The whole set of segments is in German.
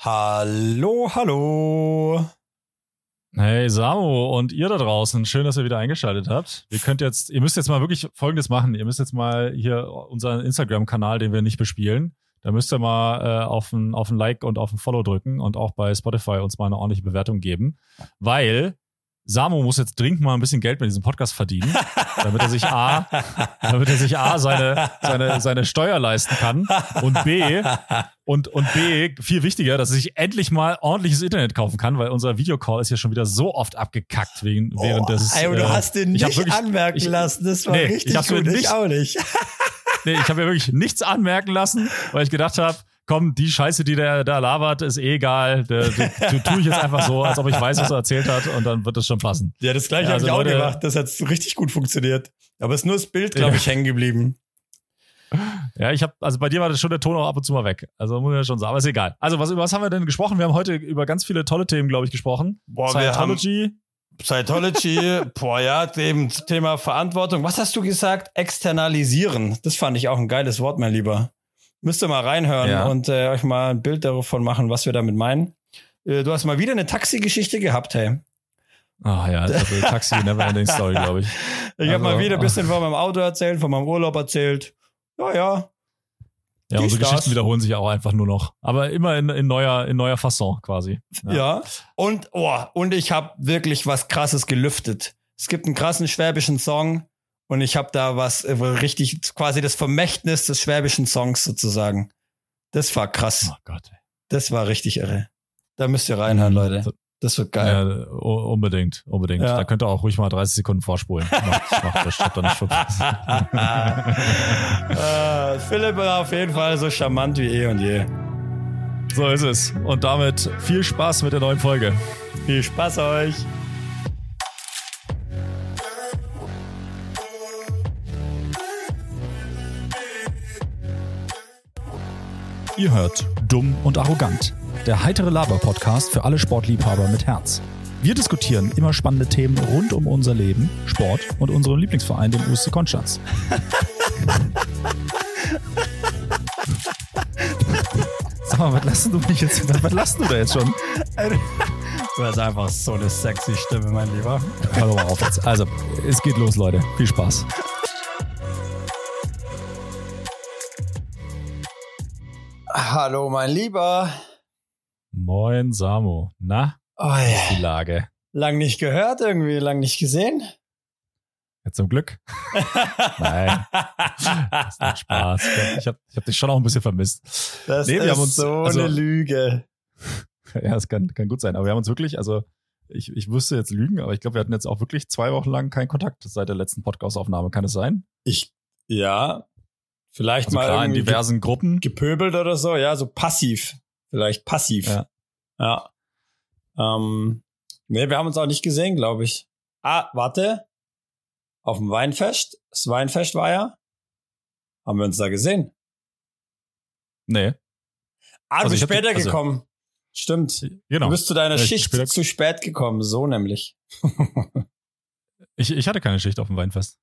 Hallo, hallo. Hey Samo und ihr da draußen, schön, dass ihr wieder eingeschaltet habt. Ihr müsst jetzt mal wirklich Folgendes machen. Ihr müsst jetzt mal hier unseren Instagram-Kanal, den wir nicht bespielen, da müsst ihr mal auf ein Like und auf ein Follow drücken und auch bei Spotify uns mal eine ordentliche Bewertung geben, weil Samo muss jetzt dringend mal ein bisschen Geld mit diesem Podcast verdienen, damit er sich A seine Steuer leisten kann und B, viel wichtiger, dass er sich endlich mal ordentliches Internet kaufen kann, weil unser Videocall ist ja schon wieder so oft abgekackt während des... Ey, du hast den nicht anmerken lassen, das war richtig gut, ich auch nicht. Nee, ich habe ja wirklich nichts anmerken lassen, weil ich gedacht habe, komm, die Scheiße, die der da labert, ist eh egal. Du tue ich jetzt einfach so, als ob ich weiß, was er erzählt hat und dann wird das schon passen. Ja, das gleiche habe ich auch gemacht. Das hat richtig gut funktioniert. Aber es ist nur das Bild, glaube ich, hängen geblieben. Ja, also bei dir war das schon der Ton auch ab und zu mal weg. Also muss ich ja schon sagen, aber ist egal. Also über was haben wir denn gesprochen? Wir haben heute über ganz viele tolle Themen, glaube ich, gesprochen. Scientology, dem Thema Verantwortung. Was hast du gesagt? Externalisieren. Das fand ich auch ein geiles Wort, mein Lieber. Müsst ihr mal reinhören und euch mal ein Bild davon machen, was wir damit meinen. Du hast mal wieder eine Taxi-Geschichte gehabt, hey. Ach ja, also Taxi, Neverending Story, glaube ich. Ich habe mal wieder ein bisschen von meinem Auto erzählt, von meinem Urlaub erzählt. Ja, unsere Geschichten wiederholen sich auch einfach nur noch. Aber immer in neuer Fasson quasi. Ja. Und ich habe wirklich was Krasses gelüftet. Es gibt einen krassen schwäbischen Song und ich habe da was richtig, quasi das Vermächtnis des schwäbischen Songs sozusagen. Das war krass. Oh Gott. Ey. Das war richtig irre. Da müsst ihr reinhören, Leute. Das wird geil. Ja, unbedingt. Ja. Da könnt ihr auch ruhig mal 30 Sekunden vorspulen. Macht das doch nicht Philipp war auf jeden Fall so charmant wie eh und je. So ist es. Und damit viel Spaß mit der neuen Folge. Viel Spaß euch. Ihr hört Dumm und Arrogant, der heitere Laber-Podcast für alle Sportliebhaber mit Herz. Wir diskutieren immer spannende Themen rund um unser Leben, Sport und unseren Lieblingsverein, den USC Konstanz. Sag mal, was lassen du da jetzt schon? Du hast einfach so eine sexy Stimme, mein Lieber. Hör doch mal auf jetzt. Also, es geht los, Leute. Viel Spaß. Hallo, mein Lieber. Moin, Samo. Na, wie ist die Lage? Lang nicht gehört irgendwie, lang nicht gesehen. Ja, zum Glück. Nein, das ist doch Spaß. Ich hab dich schon auch ein bisschen vermisst. Wir haben uns eine Lüge. Ja, das kann gut sein. Aber wir haben uns wirklich, also ich wüsste jetzt lügen, aber ich glaube, wir hatten jetzt auch wirklich 2 Wochen lang keinen Kontakt seit der letzten Podcast-Aufnahme. Kann es sein? Vielleicht also mal klar, irgendwie in diversen Gruppen gepöbelt oder so, ja, so passiv. Vielleicht passiv. Ja. Nee, wir haben uns auch nicht gesehen, glaube ich. Warte. Auf dem Weinfest. Das Weinfest war ja. Haben wir uns da gesehen? Nee. Du bist später gekommen. Stimmt. Genau. Du bist zu deiner Schicht zu spät gekommen, so nämlich. Ich hatte keine Schicht auf dem Weinfest.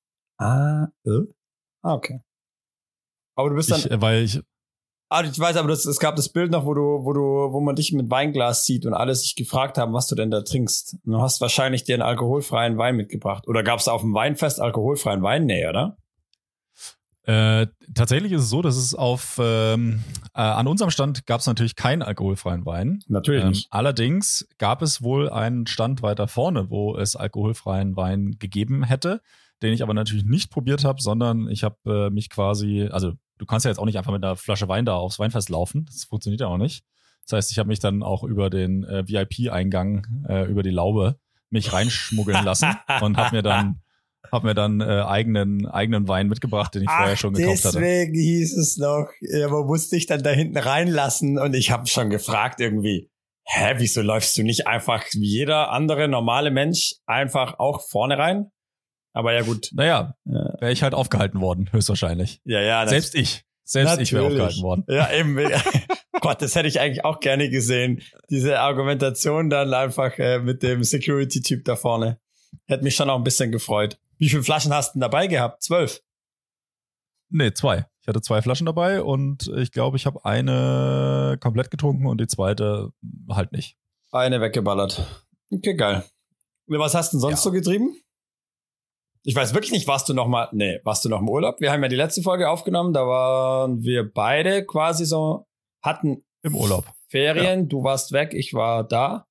Okay. Aber du bist dann... ich weiß, aber es gab das Bild noch, wo man dich mit Weinglas sieht und alle sich gefragt haben, was du denn da trinkst. Du hast wahrscheinlich dir einen alkoholfreien Wein mitgebracht. Oder gab es auf dem Weinfest alkoholfreien Wein? Nee, oder? Tatsächlich ist es so, dass es an unserem Stand gab es natürlich keinen alkoholfreien Wein. Natürlich nicht. Allerdings gab es wohl einen Stand weiter vorne, wo es alkoholfreien Wein gegeben hätte, den ich aber natürlich nicht probiert habe, sondern ich habe mich quasi, also du kannst ja jetzt auch nicht einfach mit einer Flasche Wein da aufs Weinfest laufen, das funktioniert ja auch nicht. Das heißt, ich habe mich dann auch über den VIP-Eingang, über die Laube, mich reinschmuggeln lassen und habe mir dann eigenen Wein mitgebracht, den ich vorher schon gekauft hatte. Deswegen hieß es noch, man muss dich dann da hinten reinlassen und ich habe schon gefragt irgendwie, wieso läufst du nicht einfach wie jeder andere normale Mensch einfach auch vorne rein? Aber ja gut. Naja, wäre ich halt aufgehalten worden, höchstwahrscheinlich. Ja. Selbst ich wäre aufgehalten worden. Ja, eben. Gott, das hätte ich eigentlich auch gerne gesehen. Diese Argumentation dann einfach mit dem Security-Typ da vorne. Hätte mich schon auch ein bisschen gefreut. Wie viele Flaschen hast du denn dabei gehabt? 12? Nee, 2. Ich hatte 2 Flaschen dabei und ich glaube, ich habe eine komplett getrunken und die zweite halt nicht. Eine weggeballert. Okay, geil. Was hast du denn sonst so getrieben? Ich weiß wirklich nicht, warst du noch im Urlaub? Wir haben ja die letzte Folge aufgenommen, da waren wir beide quasi so, hatten im Urlaub Ferien, ja. Du warst weg, ich war da.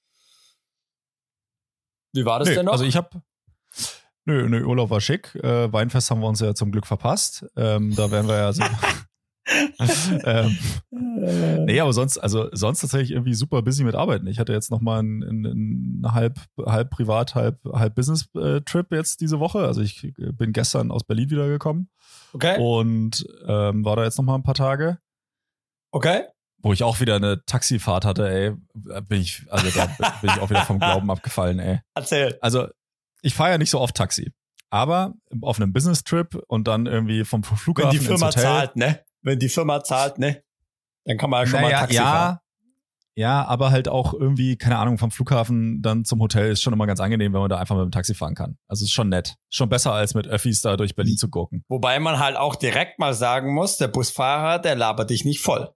Wie war das denn noch? Also ich habe Urlaub war schick. Weinfest haben wir uns ja zum Glück verpasst. Da wären wir ja so. Aber sonst tatsächlich irgendwie super busy mit Arbeiten. Ich hatte jetzt nochmal einen halb privat, halb Business-Trip jetzt diese Woche. Also ich bin gestern aus Berlin wiedergekommen. Okay. Und war da jetzt nochmal ein paar Tage. Okay. Wo ich auch wieder eine Taxifahrt hatte, ey. Da bin ich auch wieder vom Glauben abgefallen, ey. Erzähl. Also ich fahre ja nicht so oft Taxi. Aber auf einem Business-Trip und dann irgendwie vom Flughafen Wenn die Firma ins Hotel. zahlt, ne? Wenn die Firma zahlt, ne? Dann kann man ja schon mal Taxi fahren. Ja, aber halt auch irgendwie, keine Ahnung, vom Flughafen dann zum Hotel ist schon immer ganz angenehm, wenn man da einfach mit dem Taxi fahren kann. Also ist schon nett. Schon besser, als mit Öffis da durch Berlin zu gucken. Wobei man halt auch direkt mal sagen muss, der Busfahrer, der labert dich nicht voll.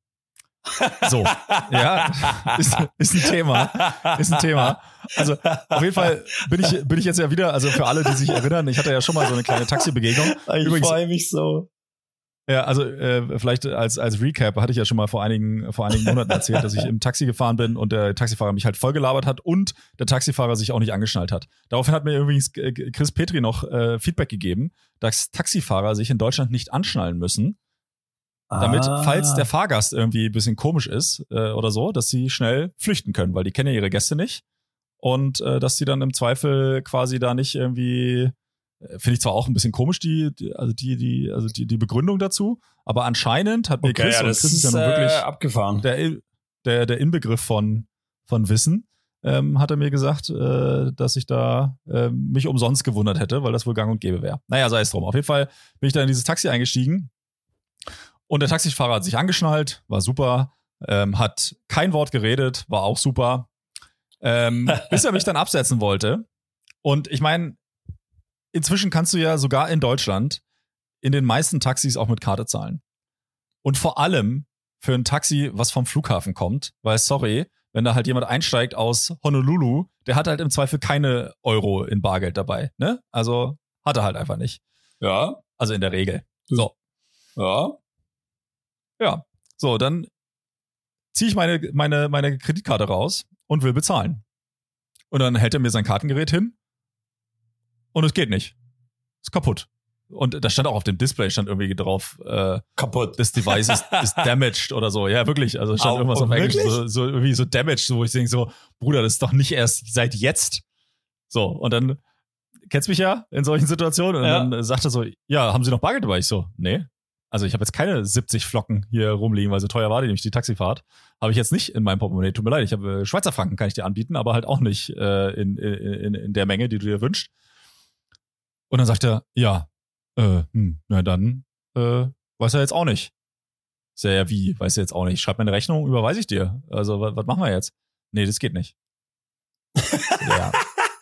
So, ja, ist ein Thema. Ist ein Thema. Also auf jeden Fall bin ich jetzt ja wieder, also für alle, die sich erinnern, ich hatte ja schon mal so eine kleine Taxi-Begegnung. Ich freue mich so. Ja, also vielleicht als Recap hatte ich ja schon mal vor einigen Monaten erzählt, dass ich im Taxi gefahren bin und der Taxifahrer mich halt vollgelabert hat und der Taxifahrer sich auch nicht angeschnallt hat. Daraufhin hat mir übrigens Chris Petri noch Feedback gegeben, dass Taxifahrer sich in Deutschland nicht anschnallen müssen, damit, falls der Fahrgast irgendwie ein bisschen komisch ist oder so, dass sie schnell flüchten können, weil die kennen ja ihre Gäste nicht und dass sie dann im Zweifel quasi da nicht irgendwie, finde ich zwar auch ein bisschen komisch, die Begründung dazu, aber anscheinend hat mir Chris, und Chris ist ja nun wirklich abgefahren. Der Inbegriff von Wissen, hat er mir gesagt, dass ich da mich umsonst gewundert hätte, weil das wohl gang und gäbe wäre. Naja, sei es drum. Auf jeden Fall bin ich dann in dieses Taxi eingestiegen. Und der Taxifahrer hat sich angeschnallt, war super, hat kein Wort geredet, war auch super, bis er mich dann absetzen wollte. Und ich meine, inzwischen kannst du ja sogar in Deutschland in den meisten Taxis auch mit Karte zahlen. Und vor allem für ein Taxi, was vom Flughafen kommt, weil sorry, wenn da halt jemand einsteigt aus Honolulu, der hat halt im Zweifel keine Euro in Bargeld dabei, ne? Also hat er halt einfach nicht. Ja. Also in der Regel. So. Ja. Ja, so, dann ziehe ich meine Kreditkarte raus und will bezahlen. Und dann hält er mir sein Kartengerät hin und es geht nicht. Ist kaputt. Und da stand auch auf dem Display stand irgendwie drauf, kaputt. Das Device ist damaged oder so. Ja, wirklich. Also stand irgendwas auf Englisch, so irgendwie so damaged, wo ich denke so, Bruder, das ist doch nicht erst seit jetzt. So, und dann, kennst mich ja in solchen Situationen, und dann sagt er so, ja, haben Sie noch Bargeld dabei? Ich so, nee. Also ich habe jetzt keine 70 Flocken hier rumliegen, weil so teuer war die Taxifahrt. Habe ich jetzt nicht in meinem Portemonnaie. Tut mir leid, ich habe Schweizer Franken, kann ich dir anbieten, aber halt auch nicht in der Menge, die du dir wünschst. Und dann sagt er, ja, na dann weiß er jetzt auch nicht. Sehr ja, wie, weiß er jetzt auch nicht. Schreib mir eine Rechnung, überweise ich dir. Also was machen wir jetzt? Nee, das geht nicht. Ja.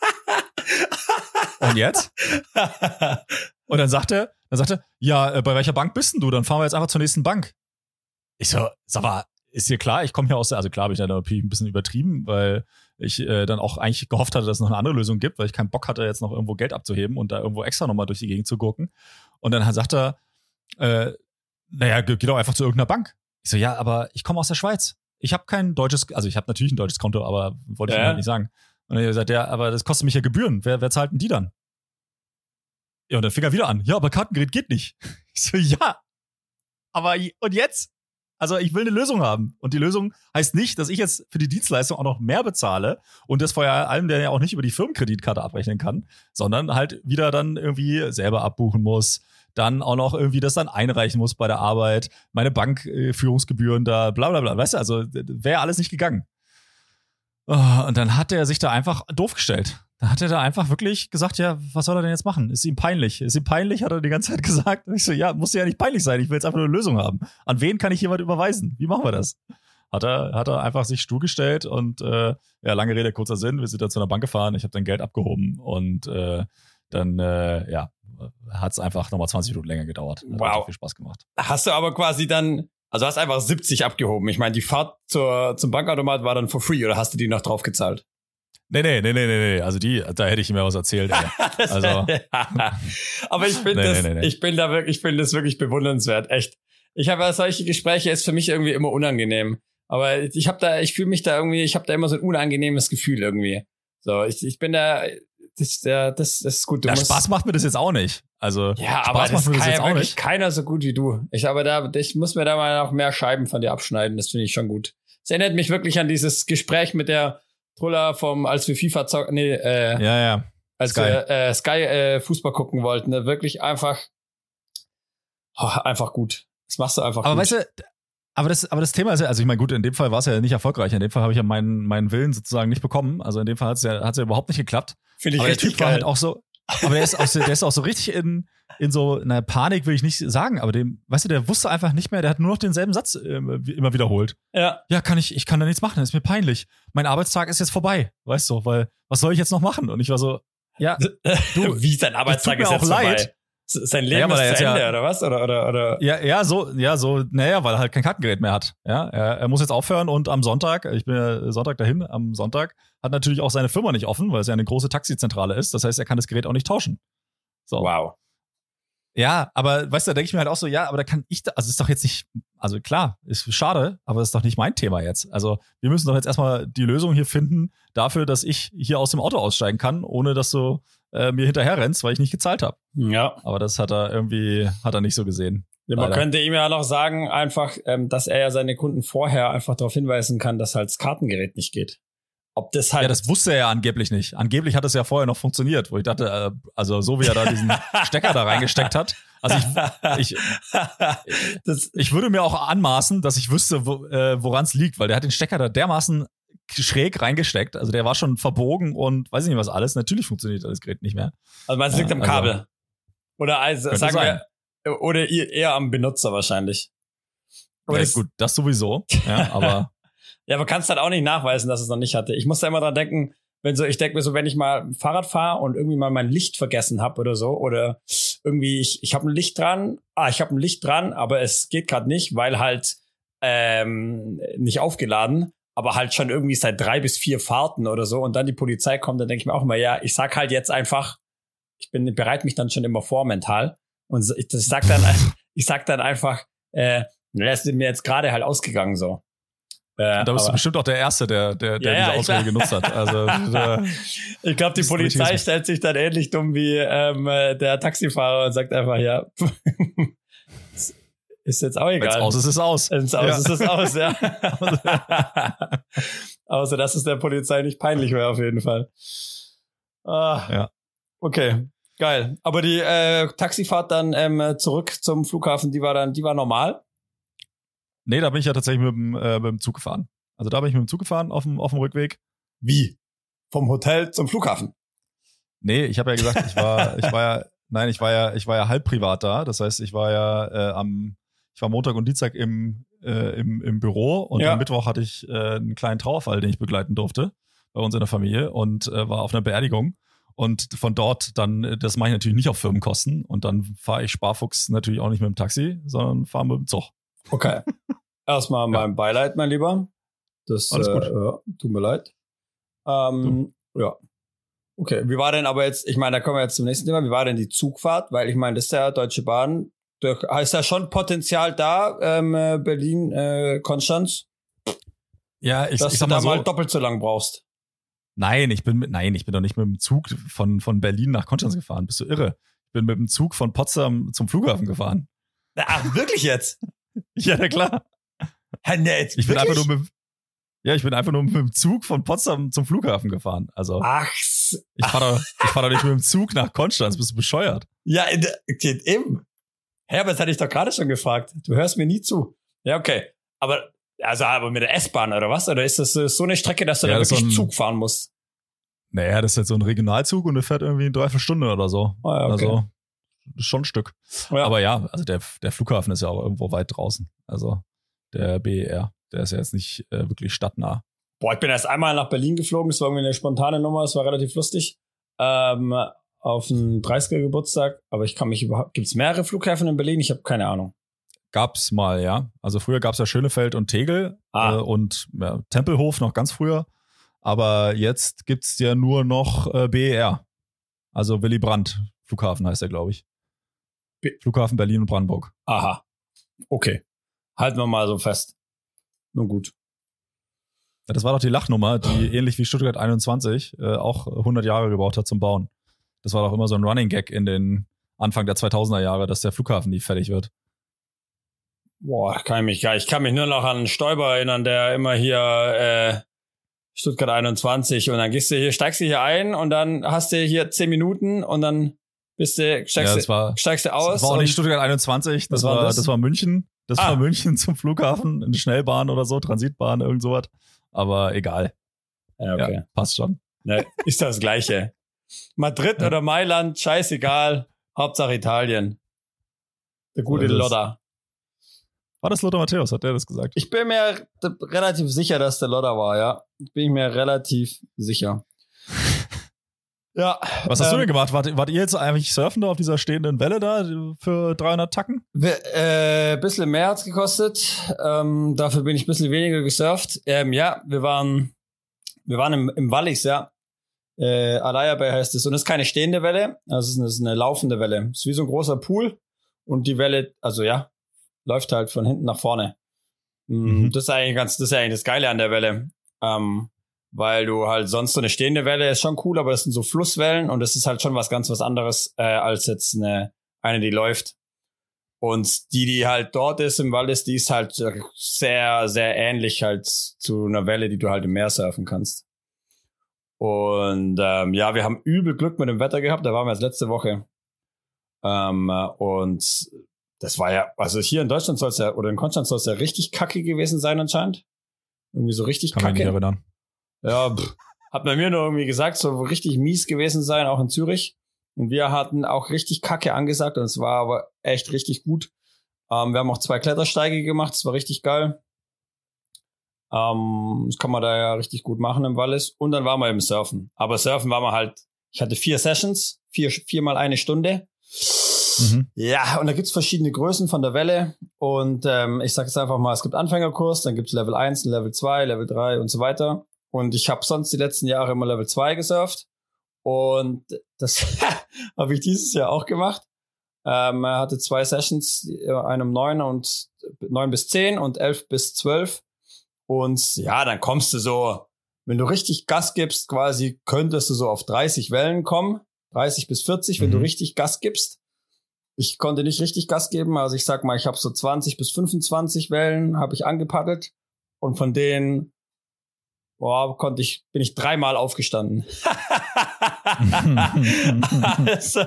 Und jetzt? Und dann sagt er, ja, bei welcher Bank bist denn du? Dann fahren wir jetzt einfach zur nächsten Bank. Ich so, sag mal, ist dir klar, ich komme hier aus der, also klar habe ich da natürlich ein bisschen übertrieben, weil ich dann auch eigentlich gehofft hatte, dass es noch eine andere Lösung gibt, weil ich keinen Bock hatte, jetzt noch irgendwo Geld abzuheben und da irgendwo extra nochmal durch die Gegend zu gucken. Und dann sagt er, naja, geh doch einfach zu irgendeiner Bank. Ich so, ja, aber ich komme aus der Schweiz. Ich habe kein deutsches, also ich habe natürlich ein deutsches Konto, aber wollte ich mir halt nicht sagen. Und dann hat er gesagt, ja, aber das kostet mich ja Gebühren. Wer zahlt denn die dann? Ja, und dann fing er wieder an. Ja, aber Kartengerät geht nicht. Ich so, ja. Aber, und jetzt? Also ich will eine Lösung haben. Und die Lösung heißt nicht, dass ich jetzt für die Dienstleistung auch noch mehr bezahle und das vor allem, der ja auch nicht über die Firmenkreditkarte abrechnen kann, sondern halt wieder dann irgendwie selber abbuchen muss, dann auch noch irgendwie das dann einreichen muss bei der Arbeit, meine Bankführungsgebühren da, bla bla bla. Weißt du, also wäre alles nicht gegangen. Und dann hat er sich da einfach doof gestellt. Da hat er da einfach wirklich gesagt, ja, was soll er denn jetzt machen? Ist ihm peinlich? Ist ihm peinlich, hat er die ganze Zeit gesagt. Und ich so, ja, muss ja nicht peinlich sein. Ich will jetzt einfach nur eine Lösung haben. An wen kann ich jemand überweisen? Wie machen wir das? Hat er einfach sich stur gestellt und ja, lange Rede, kurzer Sinn. Wir sind dann zu einer Bank gefahren. Ich habe dann Geld abgehoben und dann hat es einfach nochmal 20 Minuten länger gedauert. Hat viel Spaß gemacht. Hast du aber quasi dann, also hast einfach 70 abgehoben. Ich meine, die Fahrt zum Bankautomat war dann for free oder hast du die noch drauf gezahlt? Nee. Also da hätte ich mir was erzählt. Also. Aber ich finde ich finde das wirklich bewundernswert. Echt. Ich habe solche Gespräche, ist für mich irgendwie immer unangenehm. Aber ich habe da immer so ein unangenehmes Gefühl irgendwie. So, ich bin da, das ist gut. Spaß macht mir das jetzt auch nicht. Also, ja, Spaß aber das macht mir kann das ja auch wirklich nicht. keiner so gut wie du. Ich muss mir da mal noch mehr Scheiben von dir abschneiden. Das finde ich schon gut. Es erinnert mich wirklich an dieses Gespräch mit der Trulla als wir FIFA zocken, als Sky. wir Sky Fußball gucken wollten. Ne? Wirklich einfach gut. Das machst du einfach aber gut. Weißt du, aber das Thema ist ja, also ich meine, gut, in dem Fall war es ja nicht erfolgreich. In dem Fall habe ich ja meinen Willen sozusagen nicht bekommen. Also in dem Fall hat's ja überhaupt nicht geklappt. Finde ich aber richtig der Typ war halt auch so, aber der ist auch so richtig in so einer Panik, will ich nicht sagen, aber der wusste einfach nicht mehr, der hat nur noch denselben Satz immer wiederholt. Ja. Ja, ich kann da nichts machen, das ist mir peinlich. Mein Arbeitstag ist jetzt vorbei, weißt du, weil was soll ich jetzt noch machen? Und ich war so, ja, du, wie sein Arbeitstag ist jetzt vorbei. Sein Leben ist zu Ende, oder was? Oder? Naja, weil er halt kein Kartengerät mehr hat. Ja, er muss jetzt aufhören und am Sonntag, ich bin ja Sonntag dahin, am Sonntag hat natürlich auch seine Firma nicht offen, weil es ja eine große Taxizentrale ist. Das heißt, er kann das Gerät auch nicht tauschen. So. Wow. Ja, aber weißt du, da denke ich mir halt auch so, ja, aber da kann ich, also ist doch jetzt nicht, also klar, ist schade, aber das ist doch nicht mein Thema jetzt. Also wir müssen doch jetzt erstmal die Lösung hier finden dafür, dass ich hier aus dem Auto aussteigen kann, ohne dass du mir hinterher rennst, weil ich nicht gezahlt habe. Ja. Aber das hat er nicht so gesehen. Ja, man könnte ihm ja noch sagen, einfach, dass er ja seine Kunden vorher einfach darauf hinweisen kann, dass halt das Kartengerät nicht geht. Ob das halt. Ja, das wusste er ja angeblich nicht. Angeblich hat es ja vorher noch funktioniert, wo ich dachte, also so wie er da diesen Stecker da reingesteckt hat. Also ich würde mir auch anmaßen, dass ich wüsste, woran es liegt, weil der hat den Stecker da dermaßen schräg reingesteckt. Also der war schon verbogen und weiß ich nicht was alles. Natürlich funktioniert das Gerät nicht mehr. Also man liegt am Kabel. Oder oder eher am Benutzer wahrscheinlich. Ja, gut, das sowieso. Ja, aber ja, aber kannst halt auch nicht nachweisen, dass es noch nicht hatte. Ich muss da immer dran denken, ich denke mir so, wenn ich mal Fahrrad fahre und irgendwie mal mein Licht vergessen habe oder so, oder irgendwie ich habe ein Licht dran, aber es geht gerade nicht, weil halt nicht aufgeladen, aber halt schon irgendwie seit 3 bis 4 Fahrten oder so und dann die Polizei kommt, dann denke ich mir auch immer, ja, ich sag halt jetzt einfach, bereite mich dann schon immer vor mental und ich sag dann einfach, das ist mir jetzt gerade halt ausgegangen so. Da bist du bestimmt auch der Erste, der diese Ausrede genutzt hat. Also ich glaube, die Polizei stellt sich dann ähnlich dumm wie der Taxifahrer und sagt einfach, ja, ist jetzt auch egal. Wenn's aus ist es aus. Wenn's aus ist es aus, ja. Außer, dass es der Polizei nicht peinlich wäre, auf jeden Fall. Ja. Okay, geil. Aber die Taxifahrt dann zurück zum Flughafen, die war normal? Nee, da bin ich ja tatsächlich mit dem Zug gefahren. Also da bin ich mit dem Zug gefahren auf dem Rückweg. Wie? Vom Hotel zum Flughafen? Nee, ich habe ja gesagt, ich war ja halb privat da. Das heißt, ich war Montag und Dienstag im Büro und am Mittwoch hatte ich einen kleinen Trauerfall, den ich begleiten durfte bei uns in der Familie und war auf einer Beerdigung. Und von dort dann, das mache ich natürlich nicht auf Firmenkosten und dann fahre ich Sparfuchs natürlich auch nicht mit dem Taxi, sondern fahre mit dem Zug. Okay. Erstmal mein Beileid, mein Lieber. Das alles gut. Tut mir leid. Ja. Okay, wie war denn aber jetzt, ich meine, da kommen wir jetzt zum nächsten Thema, wie war denn die Zugfahrt? Weil ich meine, das ist ja Deutsche Bahn, da ist ja schon Potenzial da, Berlin, Konstanz. Ja, ich sag mal da so, mal doppelt so lang brauchst. Nein, ich bin doch nicht mit dem Zug von Berlin nach Konstanz gefahren. Bist du irre? Ich bin mit dem Zug von Potsdam zum Flughafen gefahren. Ach, wirklich jetzt? Ja, na klar. Nee, ich bin einfach nur mit dem Zug von Potsdam zum Flughafen gefahren. Also ich fahr doch nicht mit dem Zug nach Konstanz. Bist du bescheuert? Ja, eben. Hä, aber das hatte ich doch gerade schon gefragt. Du hörst mir nie zu. Ja, okay. Aber mit der S-Bahn oder was? Oder ist das so eine Strecke, dass du da wirklich Zug fahren musst? Naja, das ist jetzt so ein Regionalzug und der fährt irgendwie in 3-4 Stunden oder so. Oh ja, okay. Also schon ein Stück. Ja. Aber ja, also der Flughafen ist ja auch irgendwo weit draußen. Also der BER, der ist ja jetzt nicht wirklich stadtnah. Boah, ich bin erst einmal nach Berlin geflogen. Das war irgendwie eine spontane Nummer. Das war relativ lustig. auf einen 30er Geburtstag, aber ich kann mich überhaupt, gibt's mehrere Flughäfen in Berlin? Ich habe keine Ahnung. Gab's mal, ja. Also früher gab's ja Schönefeld und Tegel und Tempelhof noch ganz früher. Aber jetzt gibt's ja nur noch BER. Also Willy Brandt Flughafen heißt der, glaube ich. Flughafen Berlin und Brandenburg. Aha. Okay. Halten wir mal so fest. Nun gut. Ja, das war doch die Lachnummer, die ähnlich wie Stuttgart 21 auch 100 Jahre gebraucht hat zum Bauen. Das war doch immer so ein Running Gag in den Anfang der 2000er Jahre, dass der Flughafen nie fertig wird. Boah, ich kann mich nur noch an Stoiber erinnern, der immer hier Stuttgart 21 und dann steigst du hier ein und dann hast du hier 10 Minuten und dann steigst du aus. Das war auch nicht Stuttgart 21, das war München. Das war München zum Flughafen, eine Schnellbahn oder so, Transitbahn, irgend sowas. Aber egal. Ja, okay. Ja, passt schon. Ja, ist das Gleiche. Madrid oder Mailand, scheißegal. Hauptsache Italien. Der gute Lodder. War das Lothar Matthäus, hat der das gesagt? Ich bin mir relativ sicher, dass der Lodder war, ja. Bin ich mir relativ sicher. Ja. Was hast du denn gemacht? Wart ihr jetzt eigentlich surfen da auf dieser stehenden Welle da für 300 Tacken? Bisschen mehr hat's gekostet. Dafür bin ich ein bisschen weniger gesurft. Ja, wir waren im Wallis, ja. Alaya Bay heißt es. Und das ist keine stehende Welle. Also es ist eine laufende Welle. Es ist wie so ein großer Pool. Und die Welle, also ja, läuft halt von hinten nach vorne. Mhm. Das ist eigentlich das Geile an der Welle. Weil du halt sonst so eine stehende Welle ist schon cool, aber das sind so Flusswellen und das ist halt schon was anderes als jetzt eine, die läuft. Und die halt dort ist im Wallis, die ist halt sehr, sehr ähnlich halt zu einer Welle, die du halt im Meer surfen kannst. Und ja, wir haben übel Glück mit dem Wetter gehabt, da waren wir jetzt letzte Woche. Und das war ja, also hier in Deutschland soll es ja, oder in Konstanz soll es ja richtig kacke gewesen sein anscheinend. Irgendwie so richtig kacke. Kann mich nicht erinnern. Ja, hat man mir nur irgendwie gesagt, so richtig mies gewesen sein, auch in Zürich. Und wir hatten auch richtig Kacke angesagt und es war aber echt richtig gut. Wir haben auch 2 Klettersteige gemacht, das war richtig geil. Das kann man da ja richtig gut machen im Wallis. Und dann waren wir im Surfen. Aber Surfen war man halt, ich hatte 4 Sessions, 4 mal 1 Stunde. Mhm. Ja, und da gibt's verschiedene Größen von der Welle. Und ich sage jetzt einfach mal, es gibt Anfängerkurs, dann gibt's Level 1, Level 2, Level 3 und so weiter. Und ich habe sonst die letzten Jahre immer Level 2 gesurft. Und das habe ich dieses Jahr auch gemacht. Er hatte 2 Sessions, eine um 9 bis 10 und 11 bis 12. Und ja, dann kommst du so, wenn du richtig Gas gibst, quasi könntest du so auf 30 Wellen kommen. 30 bis 40, wenn du richtig Gas gibst. Ich konnte nicht richtig Gas geben. Also ich sag mal, ich habe so 20 bis 25 Wellen habe ich angepaddelt. Und von denen bin ich 3-mal aufgestanden. Also,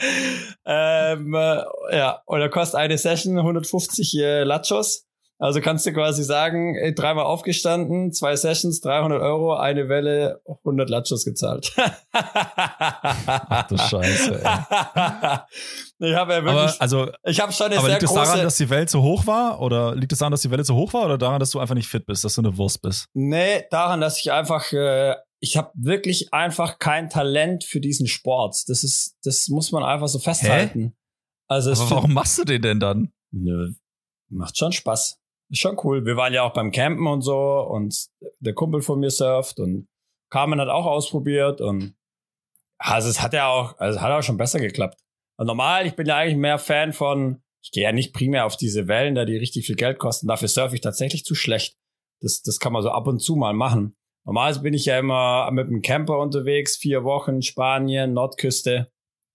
ja, und da kostet eine Session 150 Latschos. Also kannst du quasi sagen, 3-mal aufgestanden, 2 Sessions, 300 €, eine Welle, 100 Latschos gezahlt. Ach du Scheiße, ey. Ich habe ja wirklich, ich habe schon eine aber sehr liegt es große... daran, dass die Welle zu hoch war? Oder liegt es daran, dass die Welle zu hoch war? Oder daran, dass du einfach nicht fit bist, dass du eine Wurst bist? Nee, daran, dass ich einfach... ich habe wirklich einfach kein Talent für diesen Sport. Das muss man einfach so festhalten. Hä? Also aber warum machst du den denn dann? Nö, macht schon Spaß. Ist schon cool. Wir waren ja auch beim Campen und so und der Kumpel von mir surft und Carmen hat auch ausprobiert und also es hat auch schon besser geklappt. Und normal, ich bin ja eigentlich mehr Fan von, ich gehe ja nicht primär auf diese Wellen, da die richtig viel Geld kosten. Dafür surfe ich tatsächlich zu schlecht. Das kann man so ab und zu mal machen. Normalerweise bin ich ja immer mit dem Camper unterwegs, 4 Wochen, Spanien, Nordküste.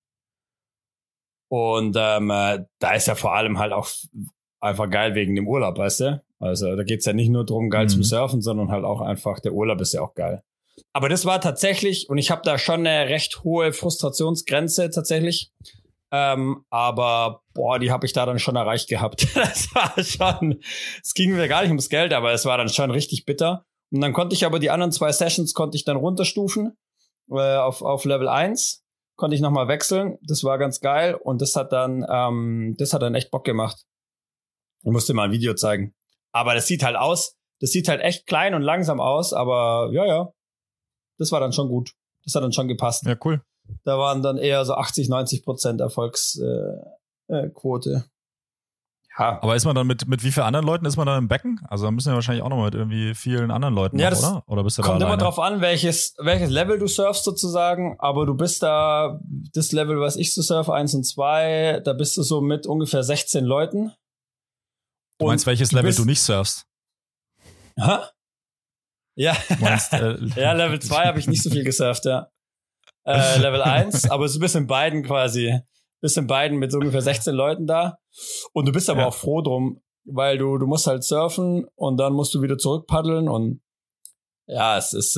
Und da ist ja vor allem halt auch einfach geil wegen dem Urlaub, weißt du? Also da geht's ja nicht nur drum, geil zum Surfen, sondern halt auch einfach, der Urlaub ist ja auch geil. Aber das war tatsächlich, und ich habe da schon eine recht hohe Frustrationsgrenze tatsächlich. Aber die habe ich da dann schon erreicht gehabt. Das war schon, es ging mir gar nicht ums Geld, aber es war dann schon richtig bitter. Und dann konnte ich aber die anderen 2 Sessions dann runterstufen auf Level 1. Konnte ich nochmal wechseln. Das war ganz geil. Und das hat dann echt Bock gemacht. Ich musste mal ein Video zeigen. Aber das sieht halt echt klein und langsam aus. Aber ja, das war dann schon gut. Das hat dann schon gepasst. Ja, cool. Da waren dann eher so 80-90% Erfolgsquote. Ja. Aber ist man dann mit wie vielen anderen Leuten ist man dann im Becken? Also da müssen ja wahrscheinlich auch noch mit irgendwie vielen anderen Leuten Ja, noch, das oder? Oder bist du da kommt alleine? immer drauf an, welches Level du surfst sozusagen, aber du bist da, das Level, was ich so surfe, 1 und 2, da bist du so mit ungefähr 16 Leuten. Du meinst, welches Level du nicht surfst? Ha? Ja. Du meinst, ja, Level 2 habe ich nicht so viel gesurft, ja. Level 1, aber du bist in beiden quasi. Bist in beiden mit so ungefähr 16 Leuten da. Und du bist aber auch froh drum, weil du musst halt surfen und dann musst du wieder zurück paddeln und ja, es ist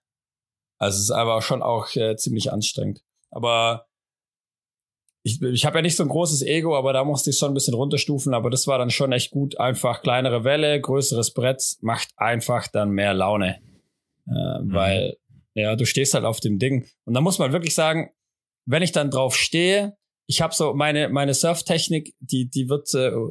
aber schon auch ziemlich anstrengend. Aber ich habe ja nicht so ein großes Ego, aber da musste ich schon ein bisschen runterstufen, aber das war dann schon echt gut. Einfach kleinere Welle, größeres Brett, macht einfach dann mehr Laune. Weil, ja, du stehst halt auf dem Ding. Und da muss man wirklich sagen, wenn ich dann drauf stehe, ich habe so meine Surftechnik, die wird,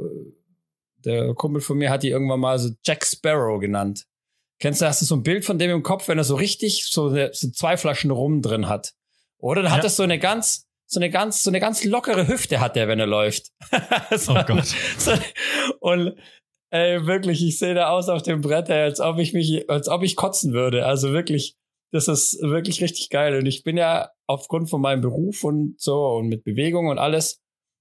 der Kumpel von mir hat die irgendwann mal so Jack Sparrow genannt. Hast du so ein Bild von dem im Kopf, wenn er so richtig so 2 Flaschen Rum drin hat? Oder dann hat er so eine ganz lockere Hüfte hat der, wenn er läuft. So, oh Gott. Und wirklich, ich sehe da aus auf dem Brett, als ob ich kotzen würde. Also wirklich, das ist wirklich richtig geil. Und ich bin ja aufgrund von meinem Beruf und so und mit Bewegung und alles,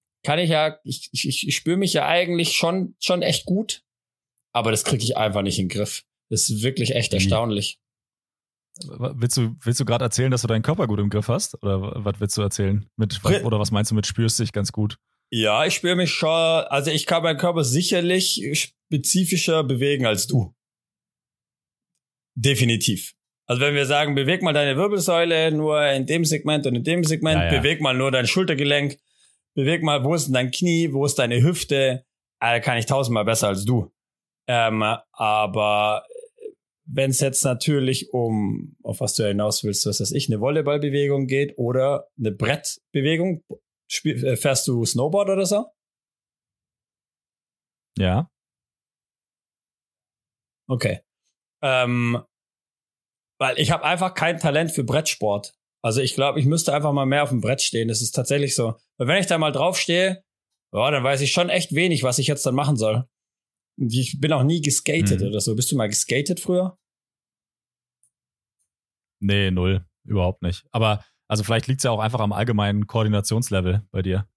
ich spüre mich ja eigentlich schon echt gut. Aber das kriege ich einfach nicht in den Griff. Das ist wirklich echt erstaunlich. Willst du gerade erzählen, dass du deinen Körper gut im Griff hast? Oder was willst du erzählen? Oder was meinst du mit spürst dich ganz gut? Ja, ich spüre mich schon, also ich kann meinen Körper sicherlich spezifischer bewegen als du. Definitiv. Also wenn wir sagen, beweg mal deine Wirbelsäule nur in dem Segment und in dem Segment, beweg mal nur dein Schultergelenk, beweg mal, wo ist denn dein Knie, wo ist deine Hüfte, kann ich 1000-mal besser als du. Aber wenn es jetzt natürlich auf was du hinaus willst, was weiß ich, eine Volleyballbewegung geht oder eine Brettbewegung, fährst du Snowboard oder so? Ja. Okay. Weil ich habe einfach kein Talent für Brettsport. Also ich glaube, ich müsste einfach mal mehr auf dem Brett stehen. Das ist tatsächlich so. Weil wenn ich da mal drauf stehe, dann weiß ich schon echt wenig, was ich jetzt dann machen soll. Ich bin auch nie geskatet oder so. Bist du mal geskatet früher? Nee, 0. Überhaupt nicht. Aber also vielleicht liegt es ja auch einfach am allgemeinen Koordinationslevel bei dir.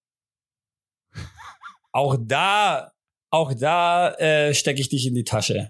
Auch da stecke ich dich in die Tasche.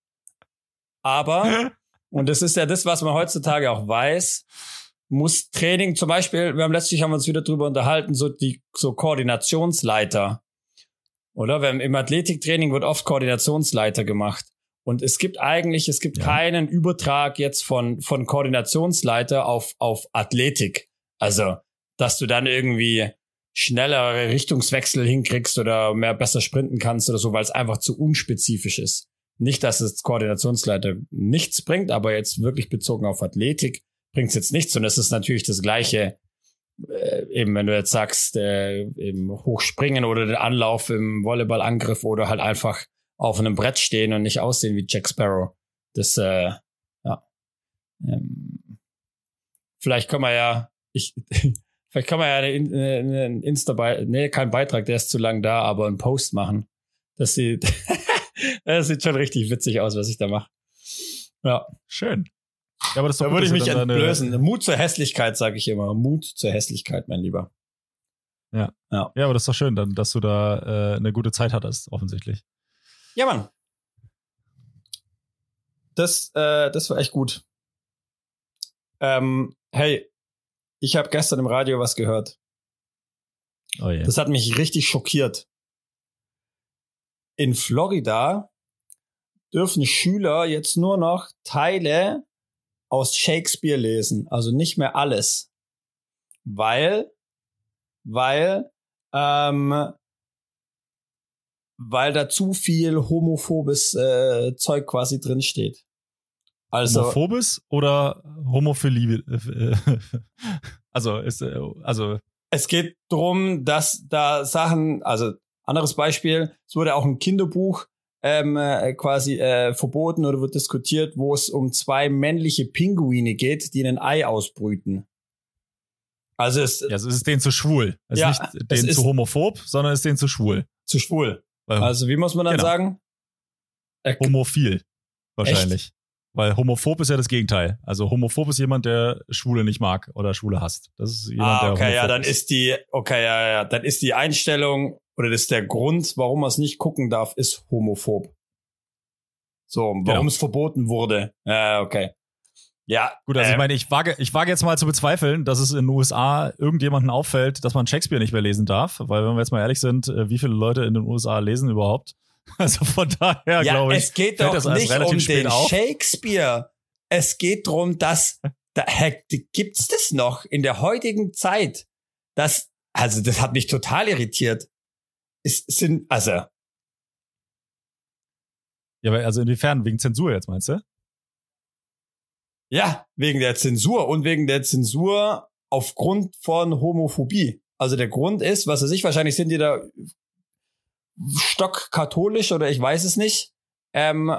Aber, und das ist ja das, was man heutzutage auch weiß, muss Training zum Beispiel, haben wir uns wieder drüber unterhalten, so Koordinationsleiter. Oder? Im Athletiktraining wird oft Koordinationsleiter gemacht. Und es gibt keinen Übertrag jetzt von Koordinationsleiter auf Athletik. Also, dass du dann irgendwie schnellere Richtungswechsel hinkriegst oder besser sprinten kannst oder so, weil es einfach zu unspezifisch ist. Nicht, dass es Koordinationsleiter nichts bringt, aber jetzt wirklich bezogen auf Athletik bringt es jetzt nichts. Und es ist natürlich das Gleiche, eben wenn du jetzt sagst, eben Hochspringen oder den Anlauf im Volleyballangriff oder halt einfach auf einem Brett stehen und nicht aussehen wie Jack Sparrow. Das, vielleicht kann man ja einen kein Beitrag, der ist zu lang da, aber einen Post machen. Das sieht schon richtig witzig aus, was ich da mache. Ja. Schön. Ja, aber das da würde ich mich entblößen. Mut zur Hässlichkeit, sage ich immer. Mut zur Hässlichkeit, mein Lieber. Ja, aber das ist doch schön, dann, dass du da eine gute Zeit hattest, offensichtlich. Ja, Mann. Das war echt gut. Hey, ich habe gestern im Radio was gehört. Oh yeah. Das hat mich richtig schockiert. In Florida dürfen Schüler jetzt nur noch Teile aus Shakespeare lesen, also nicht mehr alles. Weil da zu viel homophobes Zeug quasi drin steht. Also, homophobes oder Homophilie? Also es geht drum, dass da Sachen, also anderes Beispiel, es wurde auch ein Kinderbuch quasi verboten oder wird diskutiert, wo es um 2 männliche Pinguine geht, die ein Ei ausbrüten. Also es ist denen zu schwul. Es ist nicht denen zu homophob, sondern es ist denen zu schwul. Zu schwul. Also wie muss man dann sagen? Homophil. Wahrscheinlich. Echt? Weil homophob ist ja das Gegenteil. Also homophob ist jemand, der Schwule nicht mag oder Schwule hasst. Das ist jemand, der okay, homophob dann ist dann ist die Einstellung oder das ist der Grund, warum man es nicht gucken darf, ist homophob. So, warum es verboten wurde. Ja, okay. Ja. Gut, also ich meine, ich wage jetzt mal zu bezweifeln, dass es in den USA irgendjemanden auffällt, dass man Shakespeare nicht mehr lesen darf. Weil wenn wir jetzt mal ehrlich sind, wie viele Leute in den USA lesen überhaupt? Also von daher, glaube ich, es geht doch nicht um den Shakespeare. Es geht darum, dass gibt's das noch in der heutigen Zeit? Das hat mich total irritiert. Ja, aber also inwiefern? Wegen Zensur jetzt, meinst du? Ja, wegen der Zensur und wegen der Zensur aufgrund von Homophobie. Also der Grund ist, was weiß ich, wahrscheinlich sind die da stockkatholisch oder ich weiß es nicht. Und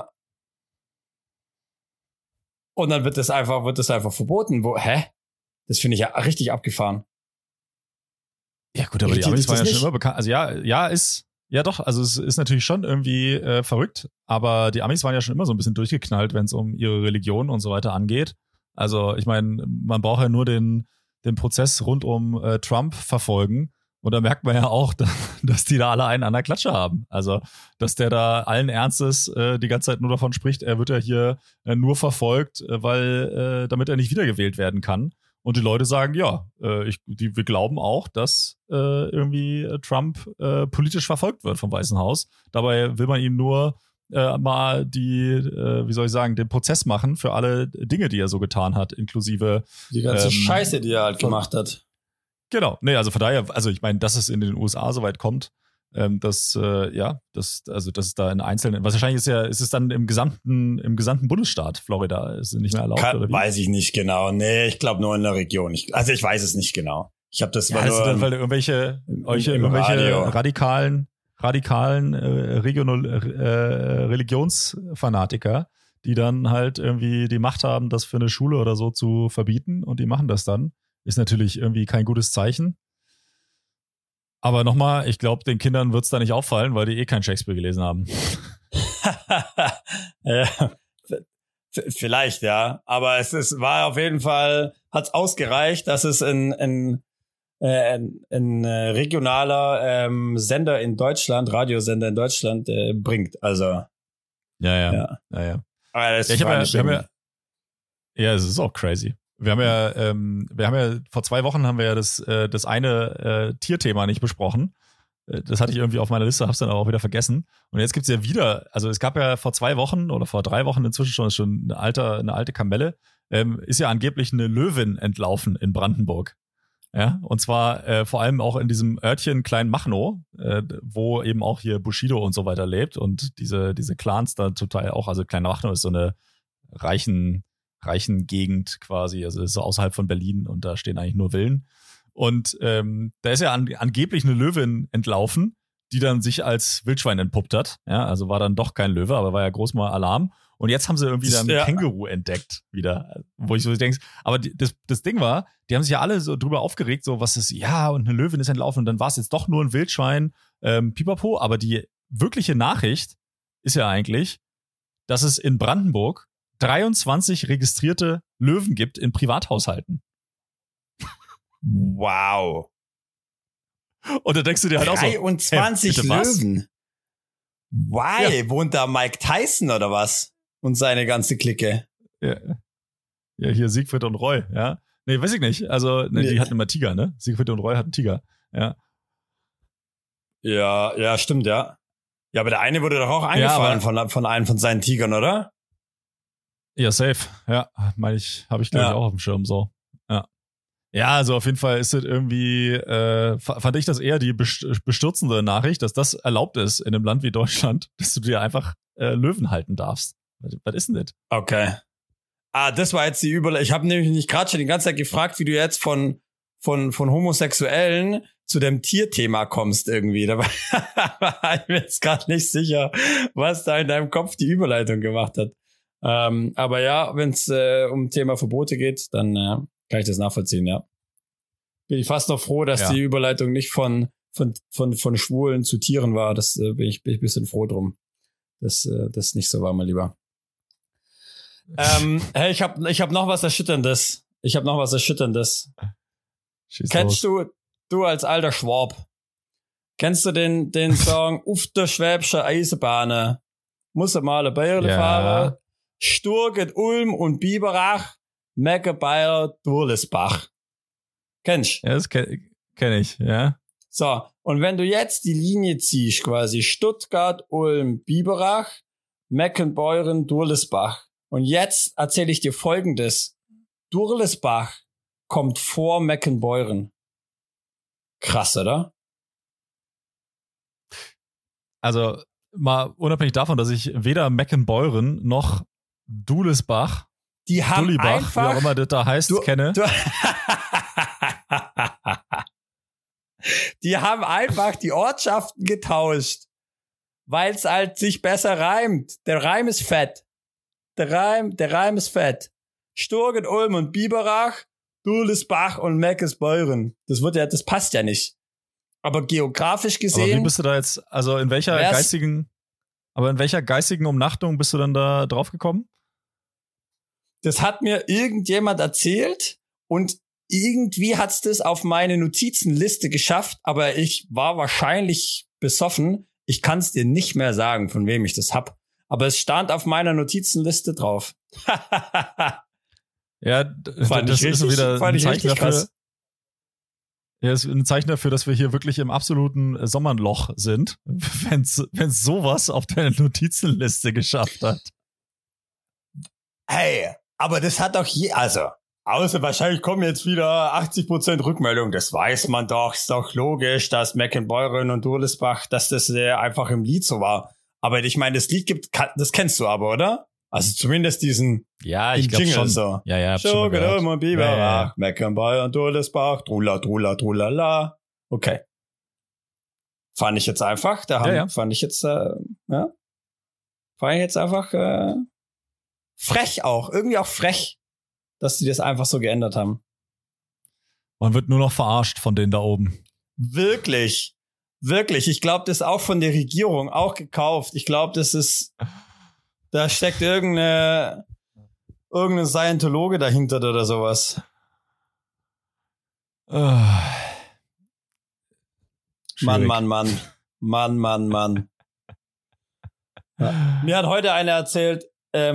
dann wird das einfach verboten. Das finde ich ja richtig abgefahren. Ja gut, aber die Amis waren ja schon immer bekannt. Also also es ist natürlich schon irgendwie verrückt, aber die Amis waren ja schon immer so ein bisschen durchgeknallt, wenn es um ihre Religion und so weiter angeht. Also ich meine, man braucht ja nur den Prozess rund um Trump verfolgen. Und da merkt man ja auch, dass die da alle einen an der Klatsche haben. Also, dass der da allen Ernstes die ganze Zeit nur davon spricht, er wird ja hier nur verfolgt, damit er nicht wiedergewählt werden kann. Und die Leute sagen, ja, wir glauben auch, dass irgendwie Trump politisch verfolgt wird vom Weißen Haus. Dabei will man ihm nur mal den Prozess machen für alle Dinge, die er so getan hat, inklusive die ganze Scheiße, die er halt gemacht hat. Genau, nee, also von daher, also ich meine, dass es in den USA so weit kommt, dass es da in einzelnen, wahrscheinlich ist es dann im gesamten Bundesstaat Florida ist nicht mehr erlaubt, oder wie? Weiß ich nicht genau. Nee, ich glaube nur in der Region. Ich weiß es nicht genau. Ich habe das nur weil irgendwelche radikalen Religionsfanatiker, die dann halt irgendwie die Macht haben, das für eine Schule oder so zu verbieten und die machen das dann. Ist natürlich irgendwie kein gutes Zeichen. Aber nochmal, ich glaube, den Kindern wird es da nicht auffallen, weil die kein Shakespeare gelesen haben. Ja, vielleicht, ja. Aber es war auf jeden Fall, hat's ausgereicht, dass es ein regionaler Sender in Deutschland, Radiosender in Deutschland bringt. Also. Ja. Aber es ist auch crazy. Wir haben ja vor 2 Wochen haben wir ja das eine Tierthema nicht besprochen. Das hatte ich irgendwie auf meiner Liste, hab's dann aber auch wieder vergessen. Und jetzt gibt's ja wieder, also es gab ja vor 2 Wochen oder vor 3 Wochen inzwischen schon eine alte Kamelle, ist ja angeblich eine Löwin entlaufen in Brandenburg. Ja, und zwar vor allem auch in diesem Örtchen Kleinmachnow, wo eben auch hier Bushido und so weiter lebt und diese Clans da total auch, also Kleinmachnow ist so eine reichen Gegend quasi, also ist so außerhalb von Berlin und da stehen eigentlich nur Villen. Und da ist ja angeblich eine Löwin entlaufen, die dann sich als Wildschwein entpuppt hat. Ja, also war dann doch kein Löwe, aber war ja groß mal Alarm. Und jetzt haben sie irgendwie dann ein Känguru entdeckt wieder, wo ich so denke, aber das Ding war, die haben sich ja alle so drüber aufgeregt, so was ist, ja, und eine Löwin ist entlaufen und dann war es jetzt doch nur ein Wildschwein, pipapo, aber die wirkliche Nachricht ist ja eigentlich, dass es in Brandenburg 23 registrierte Löwen gibt in Privathaushalten. Wow. Und da denkst du dir halt auch so, 23 Löwen. Why? Ja. Wohnt da Mike Tyson oder was? Und seine ganze Clique. Ja, hier Siegfried und Roy, ja. Nee, weiß ich nicht. Also, die hatten immer Tiger, ne? Siegfried und Roy hatten Tiger, ja. Ja, stimmt, ja. Ja, aber der eine wurde doch auch eingefallen von einem von seinen Tigern, oder? Ja, safe. Ja, habe ich glaube ich auch auf dem Schirm so. Ja. Ja, also auf jeden Fall ist es irgendwie, fand ich das eher die bestürzende Nachricht, dass das erlaubt ist in einem Land wie Deutschland, dass du dir einfach Löwen halten darfst. Was ist denn das? Okay. Das war jetzt die Überleitung. Ich habe nämlich nicht gerade schon die ganze Zeit gefragt, wie du jetzt von Homosexuellen zu dem Tierthema kommst irgendwie. Da war ich mir jetzt gerade nicht sicher, was da in deinem Kopf die Überleitung gemacht hat. Aber ja, wenn es um Thema Verbote geht, dann kann ich das nachvollziehen, ja. bin ich fast noch froh, dass die Überleitung nicht von Schwulen zu Tieren war. Das bin ich ein bisschen froh drum. Dass das nicht so war, mein Lieber. Hey, ich hab noch was Erschütterndes. Kennst du als alter Schwab, kennst du den Song Auf der Schwäbische Eisenbahn muss er mal eine Bayerle fahren, Sturget, Ulm und Biberach, Mecke, Bayer, Durlesbach. Kennst du? Ja, das kenn ich, ja. So, und wenn du jetzt die Linie ziehst, quasi Stuttgart, Ulm, Biberach, Meckenbeuren, Durlesbach. Und jetzt erzähle ich dir Folgendes. Durlesbach kommt vor Meckenbeuren. Krass, oder? Also mal unabhängig davon, dass ich weder Meckenbeuren noch Dulesbach, die haben Dullibach, einfach, wie auch immer das da heißt, kenne. Die haben einfach die Ortschaften getauscht, weil es halt sich besser reimt. Der Reim ist fett. Der Reim ist fett. Sturget, Ulm und Biberach, Dulesbach und Meckesbeuren. Das passt ja nicht. Aber geografisch gesehen. Aber wie bist du da jetzt, also in welcher geistigen Umnachtung bist du dann da drauf gekommen? Das hat mir irgendjemand erzählt und irgendwie hat's das auf meine Notizenliste geschafft, aber ich war wahrscheinlich besoffen. Ich kann's dir nicht mehr sagen, von wem ich das hab. Aber es stand auf meiner Notizenliste drauf. Ja, das ist so wieder ein Zeichen dafür. Ja, ist ein Zeichen dafür, dass wir hier wirklich im absoluten Sommerloch sind, wenn's sowas auf deine Notizenliste geschafft hat. Hey, aber das hat doch außer wahrscheinlich kommen jetzt wieder 80% Rückmeldung. Das weiß man doch, ist doch logisch, dass Meckenbeuren und Durlesbach, dass das einfach im Lied so war. Aber ich meine, das Lied das kennst du aber, oder? Also zumindest diesen ich glaube schon. So. Ja, schon und Biberach, Meckenbeuren, Durlesbach, Trula, Trula, Trulala. Okay. Fand ich jetzt einfach, fand ich jetzt einfach frech auch, irgendwie auch frech, dass die das einfach so geändert haben. Man wird nur noch verarscht von denen da oben. Wirklich. Ich glaube, das ist auch von der Regierung auch gekauft. Ich glaube, da steckt irgendein Scientologe dahinter oder sowas. Mann. Ja. Mir hat heute einer erzählt,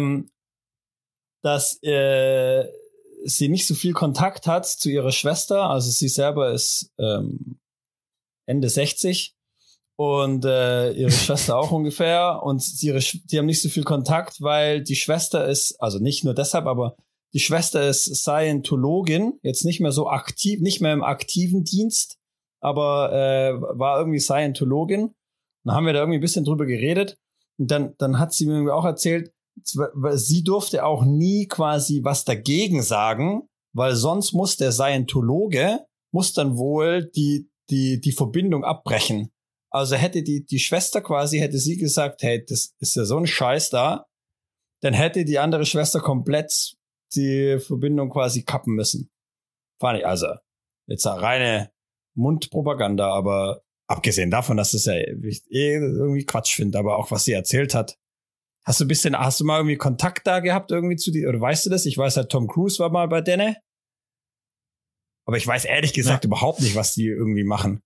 dass sie nicht so viel Kontakt hat zu ihrer Schwester. Also sie selber ist Ende 60 und ihre Schwester auch ungefähr. Und die haben nicht so viel Kontakt, weil die Schwester ist, also nicht nur deshalb, aber die Schwester ist Scientologin, jetzt nicht mehr so aktiv, nicht mehr im aktiven Dienst, aber war irgendwie Scientologin. Dann haben wir da irgendwie ein bisschen drüber geredet. Und dann hat sie mir irgendwie auch erzählt, sie durfte auch nie quasi was dagegen sagen, weil sonst muss der Scientologe, dann wohl die Verbindung abbrechen. Also hätte die Schwester quasi, hätte sie gesagt, hey, das ist ja so ein Scheiß da, dann hätte die andere Schwester komplett die Verbindung quasi kappen müssen. Fand ich, also, jetzt eine reine Mundpropaganda, aber abgesehen davon, dass es ja irgendwie Quatsch finde, aber auch was sie erzählt hat. Hast du mal irgendwie Kontakt da gehabt irgendwie zu dir, oder weißt du das? Ich weiß halt, Tom Cruise war mal bei denen. Aber ich weiß ehrlich gesagt überhaupt nicht, was die irgendwie machen.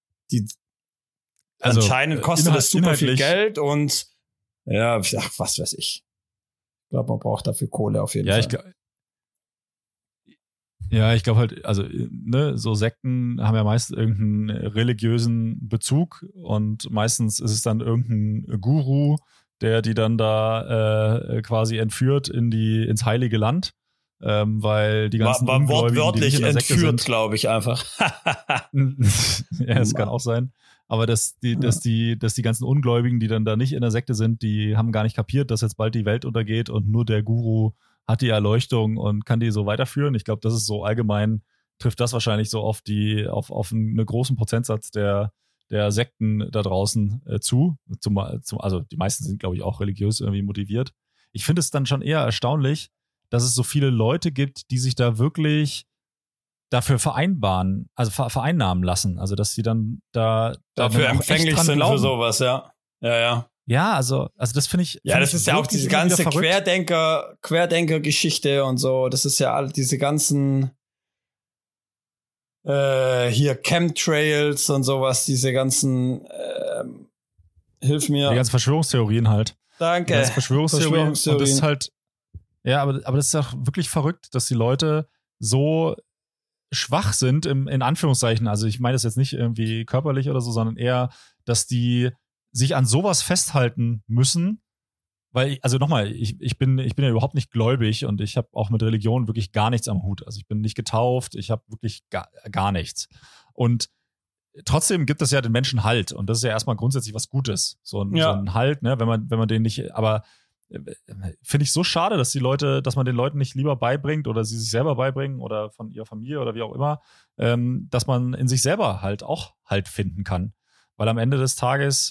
Also, anscheinend kostet das super viel Geld und was weiß ich. Ich glaube, man braucht dafür Kohle auf jeden Fall. Ich glaube halt, also so Sekten haben ja meist irgendeinen religiösen Bezug und meistens ist es dann irgendein Guru, der die dann da quasi entführt ins heilige Land, weil die ganzen war Ungläubigen, wortwörtlich die nicht in der Sekte entführt, glaube ich einfach. Ja, das kann auch sein. Aber dass die ganzen Ungläubigen, die dann da nicht in der Sekte sind, die haben gar nicht kapiert, dass jetzt bald die Welt untergeht und nur der Guru hat die Erleuchtung und kann die so weiterführen. Ich glaube, das ist so allgemein, trifft das wahrscheinlich so auf einen großen Prozentsatz der Sekten da draußen zu. Also die meisten sind, glaube ich, auch religiös irgendwie motiviert. Ich finde es dann schon eher erstaunlich, dass es so viele Leute gibt, die sich da wirklich dafür vereinnahmen lassen. Also, dass sie dann dafür dann empfänglich sind glauben. für sowas, ja. Ja. Ja, also das finde ich. Ja, das ist ja auch diese ganze Querdenker-Geschichte und so. Das ist ja all diese ganzen hier Chemtrails und sowas, diese ganzen hilf mir. Die ganzen Verschwörungstheorien halt. Danke. Die ganzen Verschwörungstheorien. Und das ist halt, ja, aber das ist auch wirklich verrückt, dass die Leute so schwach sind, in Anführungszeichen. Also ich meine das jetzt nicht irgendwie körperlich oder so, sondern eher, dass die sich an sowas festhalten müssen, weil, also nochmal, ich bin ja überhaupt nicht gläubig und ich habe auch mit Religion wirklich gar nichts am Hut. Also ich bin nicht getauft, ich habe wirklich gar nichts. Und trotzdem gibt es ja den Menschen Halt und das ist ja erstmal grundsätzlich was Gutes. So ein Halt, ne, wenn man den nicht, aber finde ich so schade, dass man den Leuten nicht lieber beibringt oder sie sich selber beibringen oder von ihrer Familie oder wie auch immer, dass man in sich selber halt auch Halt finden kann. Weil am Ende des Tages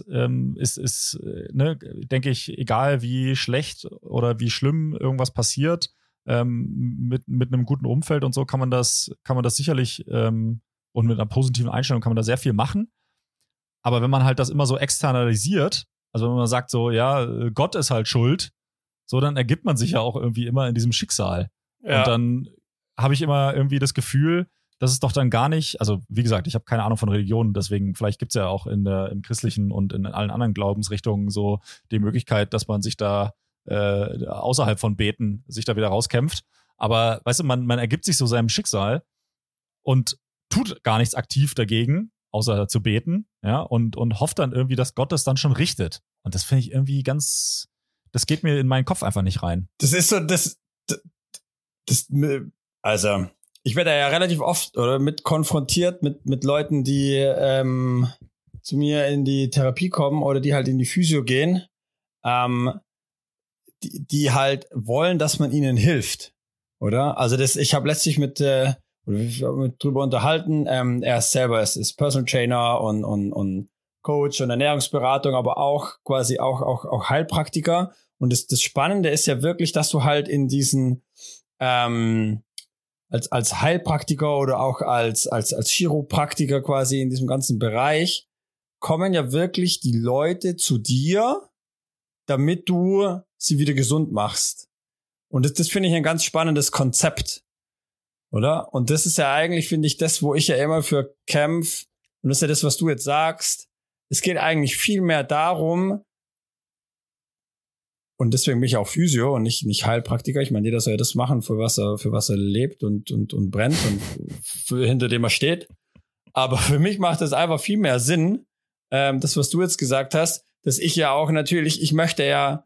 denke ich, egal wie schlecht oder wie schlimm irgendwas passiert, mit einem guten Umfeld und so kann man das sicherlich und mit einer positiven Einstellung kann man da sehr viel machen. Aber wenn man halt das immer so externalisiert, also wenn man sagt so, ja, Gott ist halt schuld, so dann ergibt man sich ja auch irgendwie immer in diesem Schicksal. Ja. Und dann habe ich immer irgendwie das Gefühl, dass es doch dann gar nicht, also wie gesagt, ich habe keine Ahnung von Religionen, deswegen vielleicht gibt es ja auch im christlichen und in allen anderen Glaubensrichtungen so die Möglichkeit, dass man sich da außerhalb von Beten sich da wieder rauskämpft. Aber weißt du, man ergibt sich so seinem Schicksal und tut gar nichts aktiv dagegen, außer zu beten, ja, und hofft dann irgendwie, dass Gott das dann schon richtet. Und das finde ich irgendwie das geht mir in meinen Kopf einfach nicht rein. Das ist so, also ich werde ja relativ oft oder mit konfrontiert mit Leuten, die zu mir in die Therapie kommen oder die halt in die Physio gehen, die halt wollen, dass man ihnen hilft, oder? Also ich habe letztlich mit drüber unterhalten. Er ist selber ist Personal Trainer und Coach und Ernährungsberatung, aber auch quasi auch Heilpraktiker. Und das Spannende ist ja wirklich, dass du halt in diesen als Heilpraktiker oder auch als Chiropraktiker quasi in diesem ganzen Bereich kommen ja wirklich die Leute zu dir, damit du sie wieder gesund machst. Und das finde ich ein ganz spannendes Konzept, oder? Und das ist ja eigentlich, finde ich, das, wo ich ja immer für kämpfe. Und das ist ja das, was du jetzt sagst. Es geht eigentlich viel mehr darum, und deswegen bin ich auch Physio und nicht Heilpraktiker. Ich meine, jeder soll ja das machen, für was er lebt und brennt und hinter dem er steht. Aber für mich macht das einfach viel mehr Sinn, das, was du jetzt gesagt hast, dass ich ja auch natürlich, ich möchte ja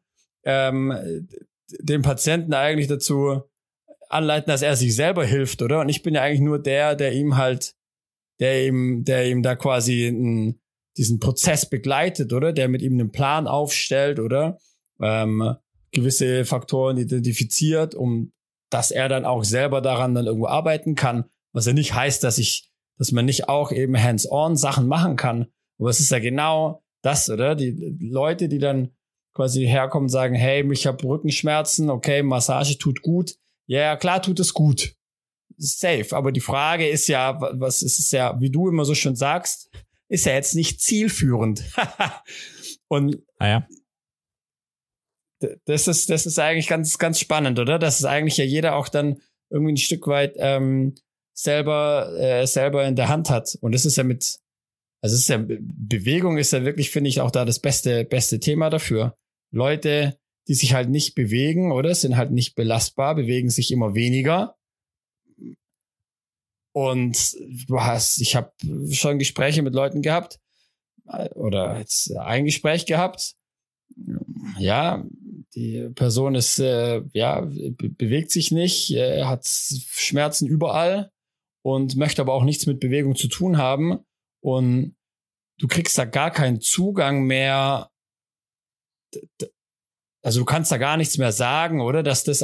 den Patienten eigentlich dazu anleiten, dass er sich selber hilft, oder? Und ich bin ja eigentlich nur der ihm da quasi diesen Prozess begleitet, oder? Der mit ihm einen Plan aufstellt, oder? Gewisse Faktoren identifiziert, dass er dann auch selber daran dann irgendwo arbeiten kann. Was ja nicht heißt, dass man nicht auch eben hands-on Sachen machen kann. Aber es ist ja genau das, oder? Die Leute, die dann quasi herkommen und sagen, hey, ich habe Rückenschmerzen, okay, Massage tut gut. Ja, klar tut es gut. Safe. Aber die Frage ist ja, was ist es ja, wie du immer so schön sagst, ist ja jetzt nicht zielführend. Und ja. Das ist eigentlich ganz, ganz spannend, oder? Dass es eigentlich ja jeder auch dann irgendwie ein Stück weit selber in der Hand hat. Und das ist ja Bewegung ist ja wirklich, finde ich, auch da das beste Thema dafür. Leute, die sich halt nicht bewegen, oder? Sind halt nicht belastbar, bewegen sich immer weniger. Und ich habe schon Gespräche mit Leuten gehabt, oder jetzt ein Gespräch gehabt. Ja, die Person ist, bewegt sich nicht, hat Schmerzen überall und möchte aber auch nichts mit Bewegung zu tun haben. Und du kriegst da gar keinen Zugang mehr. Also du kannst da gar nichts mehr sagen, oder? Dass es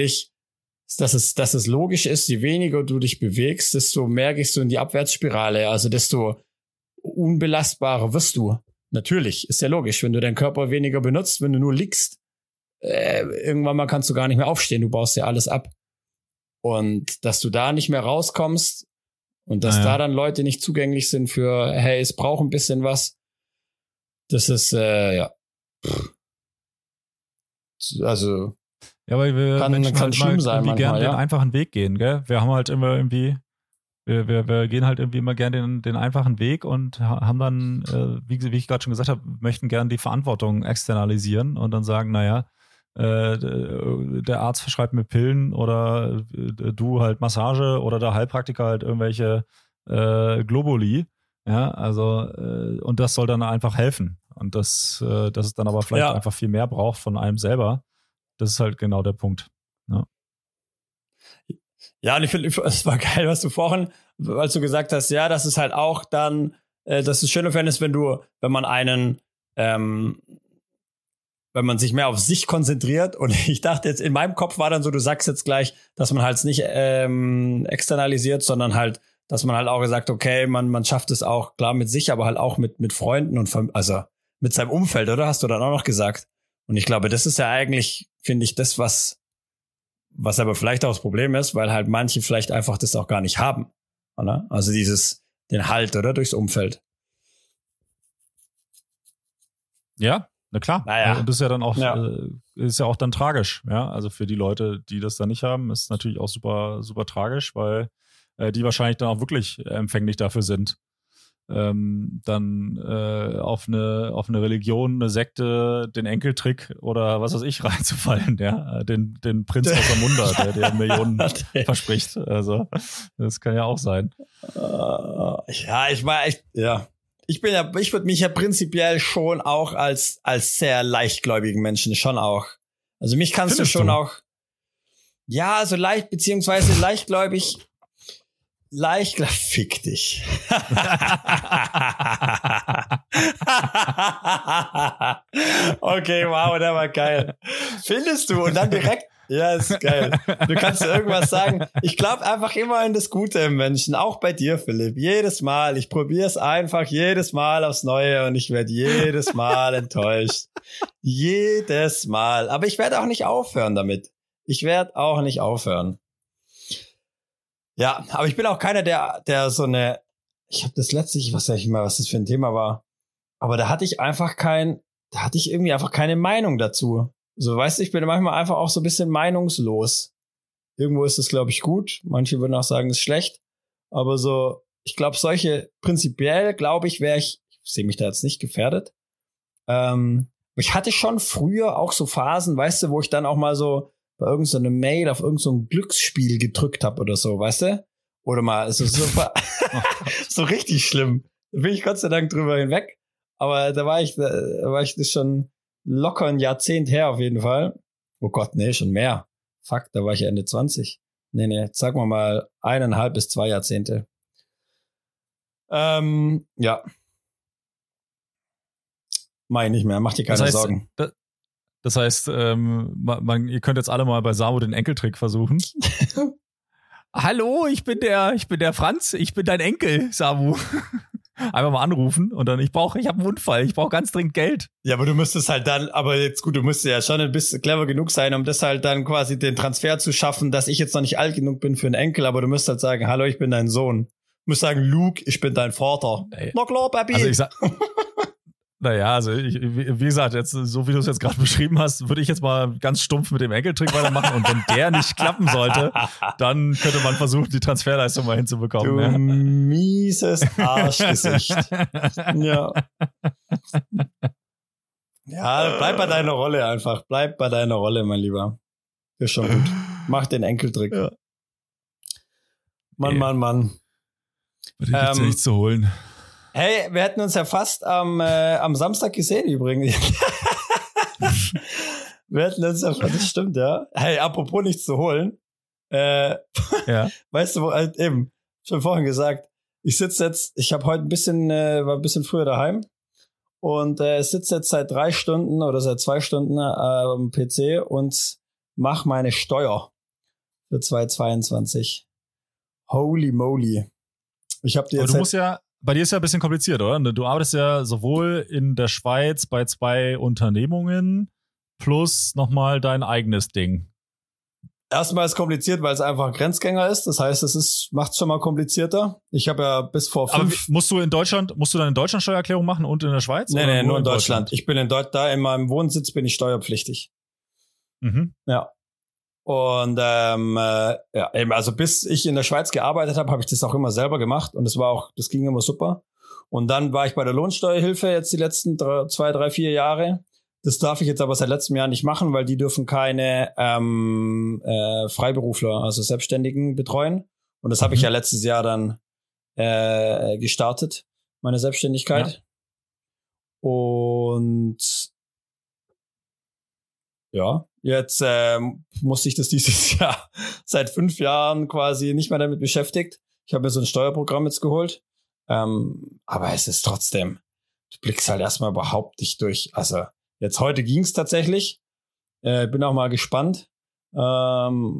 logisch ist, je weniger du dich bewegst, desto mehr gehst du in die Abwärtsspirale. Also desto unbelastbarer wirst du. Natürlich, ist ja logisch, wenn du deinen Körper weniger benutzt, wenn du nur liegst, irgendwann mal kannst du gar nicht mehr aufstehen, du baust ja alles ab. Und dass du da nicht mehr rauskommst, Und dass da dann Leute nicht zugänglich sind für, hey, es braucht ein bisschen was, das ist, ja. Also, ja, weil wir kann halt schlimm sein irgendwie manchmal, gern den einfachen Weg gehen, gell? Wir haben halt immer irgendwie, wir gehen halt irgendwie immer gern den einfachen Weg und haben dann, wie ich gerade schon gesagt habe, möchten gern die Verantwortung externalisieren und dann sagen, naja, der Arzt verschreibt mir Pillen oder du halt Massage oder der Heilpraktiker halt irgendwelche Globuli. Ja, also und das soll dann einfach helfen. Und dass es dann aber vielleicht einfach viel mehr braucht von einem selber. Das ist halt genau der Punkt. Ja, und ich finde, es war geil, was du vorhin, als du gesagt hast, ja, das ist halt auch dann, dass es schöner ist, wenn man sich mehr auf sich konzentriert. Und ich dachte jetzt, in meinem Kopf war dann so, du sagst jetzt gleich, dass man halt nicht externalisiert, sondern halt, dass man halt auch gesagt, okay, man schafft es auch, klar mit sich, aber halt auch mit Freunden und also mit seinem Umfeld, oder? Hast du dann auch noch gesagt. Und ich glaube, das ist ja eigentlich, finde ich, das, was aber vielleicht auch das Problem ist, weil halt manche vielleicht einfach das auch gar nicht haben, oder? Also den Halt, oder? Durchs Umfeld. Ja, na klar. Naja. Und das ist ja dann auch, ist ja auch dann tragisch, ja. Also für die Leute, die das dann nicht haben, ist es natürlich auch super, super tragisch, weil die wahrscheinlich dann auch wirklich empfänglich dafür sind, dann auf eine Religion, eine Sekte, den Enkeltrick oder was weiß ich reinzufallen, ja, den Prinz aus Zamunda, der Millionen verspricht. Also das kann ja auch sein. Ja, ich würde mich ja prinzipiell schon auch als sehr leichtgläubigen Menschen schon auch. Also mich kannst du schon auch, ja, so leicht, beziehungsweise leichtgläubig, fick dich. Okay, wow, der war geil. Findest du? Und dann direkt, ja, ist geil. Du kannst irgendwas sagen. Ich glaube einfach immer in das Gute im Menschen. Auch bei dir, Philipp. Jedes Mal. Ich probiere es einfach jedes Mal aufs Neue und ich werde jedes Mal enttäuscht. Jedes Mal. Aber ich werde auch nicht aufhören damit. Ich werde auch nicht aufhören. Ja, aber ich bin auch keiner, der so eine, ich habe das letztlich, was sag ich mal, was das für ein Thema war, aber da hatte ich irgendwie einfach keine Meinung dazu. So, weißt du, ich bin manchmal einfach auch so ein bisschen meinungslos. Irgendwo ist das, glaube ich, gut. Manche würden auch sagen, es ist schlecht. Aber so, ich glaube, prinzipiell, glaube ich, ich sehe mich da jetzt nicht gefährdet. Ich hatte schon früher auch so Phasen, weißt du, wo ich dann auch mal so bei irgendeiner Mail auf irgendein Glücksspiel gedrückt habe oder so, weißt du? Oder mal, es ist super, so richtig schlimm. Da bin ich Gott sei Dank drüber hinweg. Aber da war ich das schon locker ein Jahrzehnt her auf jeden Fall. Oh Gott, nee, schon mehr. Fuck, da war ich ja Ende 20. Nee, sagen wir mal 1,5 bis 2 Jahrzehnte. Ja. Mach ich nicht mehr, mach dir keine Sorgen. Das heißt, ihr könnt jetzt alle mal bei Samu den Enkeltrick versuchen. Hallo, ich bin der Franz, ich bin dein Enkel, Samu. Einfach mal anrufen und dann, ich habe einen Wundfall, ich brauche ganz dringend Geld. Ja, aber du müsstest halt dann, aber jetzt gut, du müsstest ja schon ein bisschen clever genug sein, um das halt dann quasi den Transfer zu schaffen, dass ich jetzt noch nicht alt genug bin für einen Enkel, aber du müsstest halt sagen, hallo, ich bin dein Sohn. Du musst sagen, Luke, ich bin dein Vater. Na klar, Baby. Also ich sag, naja, also wie gesagt, jetzt, so wie du es jetzt gerade beschrieben hast, würde ich jetzt mal ganz stumpf mit dem Enkeltrick weitermachen und wenn der nicht klappen sollte, dann könnte man versuchen, die Transferleistung mal hinzubekommen. Du mieses Arschgesicht. Ja. Ja, bleib bei deiner Rolle einfach. Bleib bei deiner Rolle, mein Lieber. Ist schon gut. Mach den Enkeltrick. Ja. Mann. Bei dir gibt's ja nichts zu holen. Hey, wir hätten uns ja fast am Samstag gesehen übrigens. Wir hätten uns ja fast, das stimmt, ja. Hey, apropos nichts zu holen. Ja. Weißt du, wo, eben, schon vorhin gesagt, ich habe heute war ein bisschen früher daheim und sitze jetzt seit 3 Stunden oder seit 2 Stunden am PC und mache meine Steuer für 2022. Holy moly. Ich habe dir jetzt. Aber du musst ja, bei dir ist ja ein bisschen kompliziert, oder? Du arbeitest ja sowohl in der Schweiz bei 2 Unternehmungen plus nochmal dein eigenes Ding. Erstmal ist es kompliziert, weil es einfach ein Grenzgänger ist. Das heißt, macht es schon mal komplizierter. Ich habe ja bis vor 5... Aber musst du dann in Deutschland Steuererklärung machen und in der Schweiz? Nee, nur in Deutschland. Ich bin da in meinem Wohnsitz bin ich steuerpflichtig. Mhm. Ja. Und eben, also bis ich in der Schweiz gearbeitet habe ich das auch immer selber gemacht und das ging immer super. Und dann war ich bei der Lohnsteuerhilfe jetzt die letzten 2, 3, 4 Jahre. Das darf ich jetzt aber seit letztem Jahr nicht machen, weil die dürfen keine Freiberufler, also Selbstständigen betreuen. Und das habe ich ja letztes Jahr dann gestartet, meine Selbstständigkeit. Ja. Und ja, jetzt musste ich das dieses Jahr seit 5 Jahren quasi nicht mehr damit beschäftigt. Ich habe mir so ein Steuerprogramm jetzt geholt. Aber es ist trotzdem, du blickst halt erstmal überhaupt nicht durch. Also jetzt heute ging's tatsächlich. Bin auch mal gespannt. Aber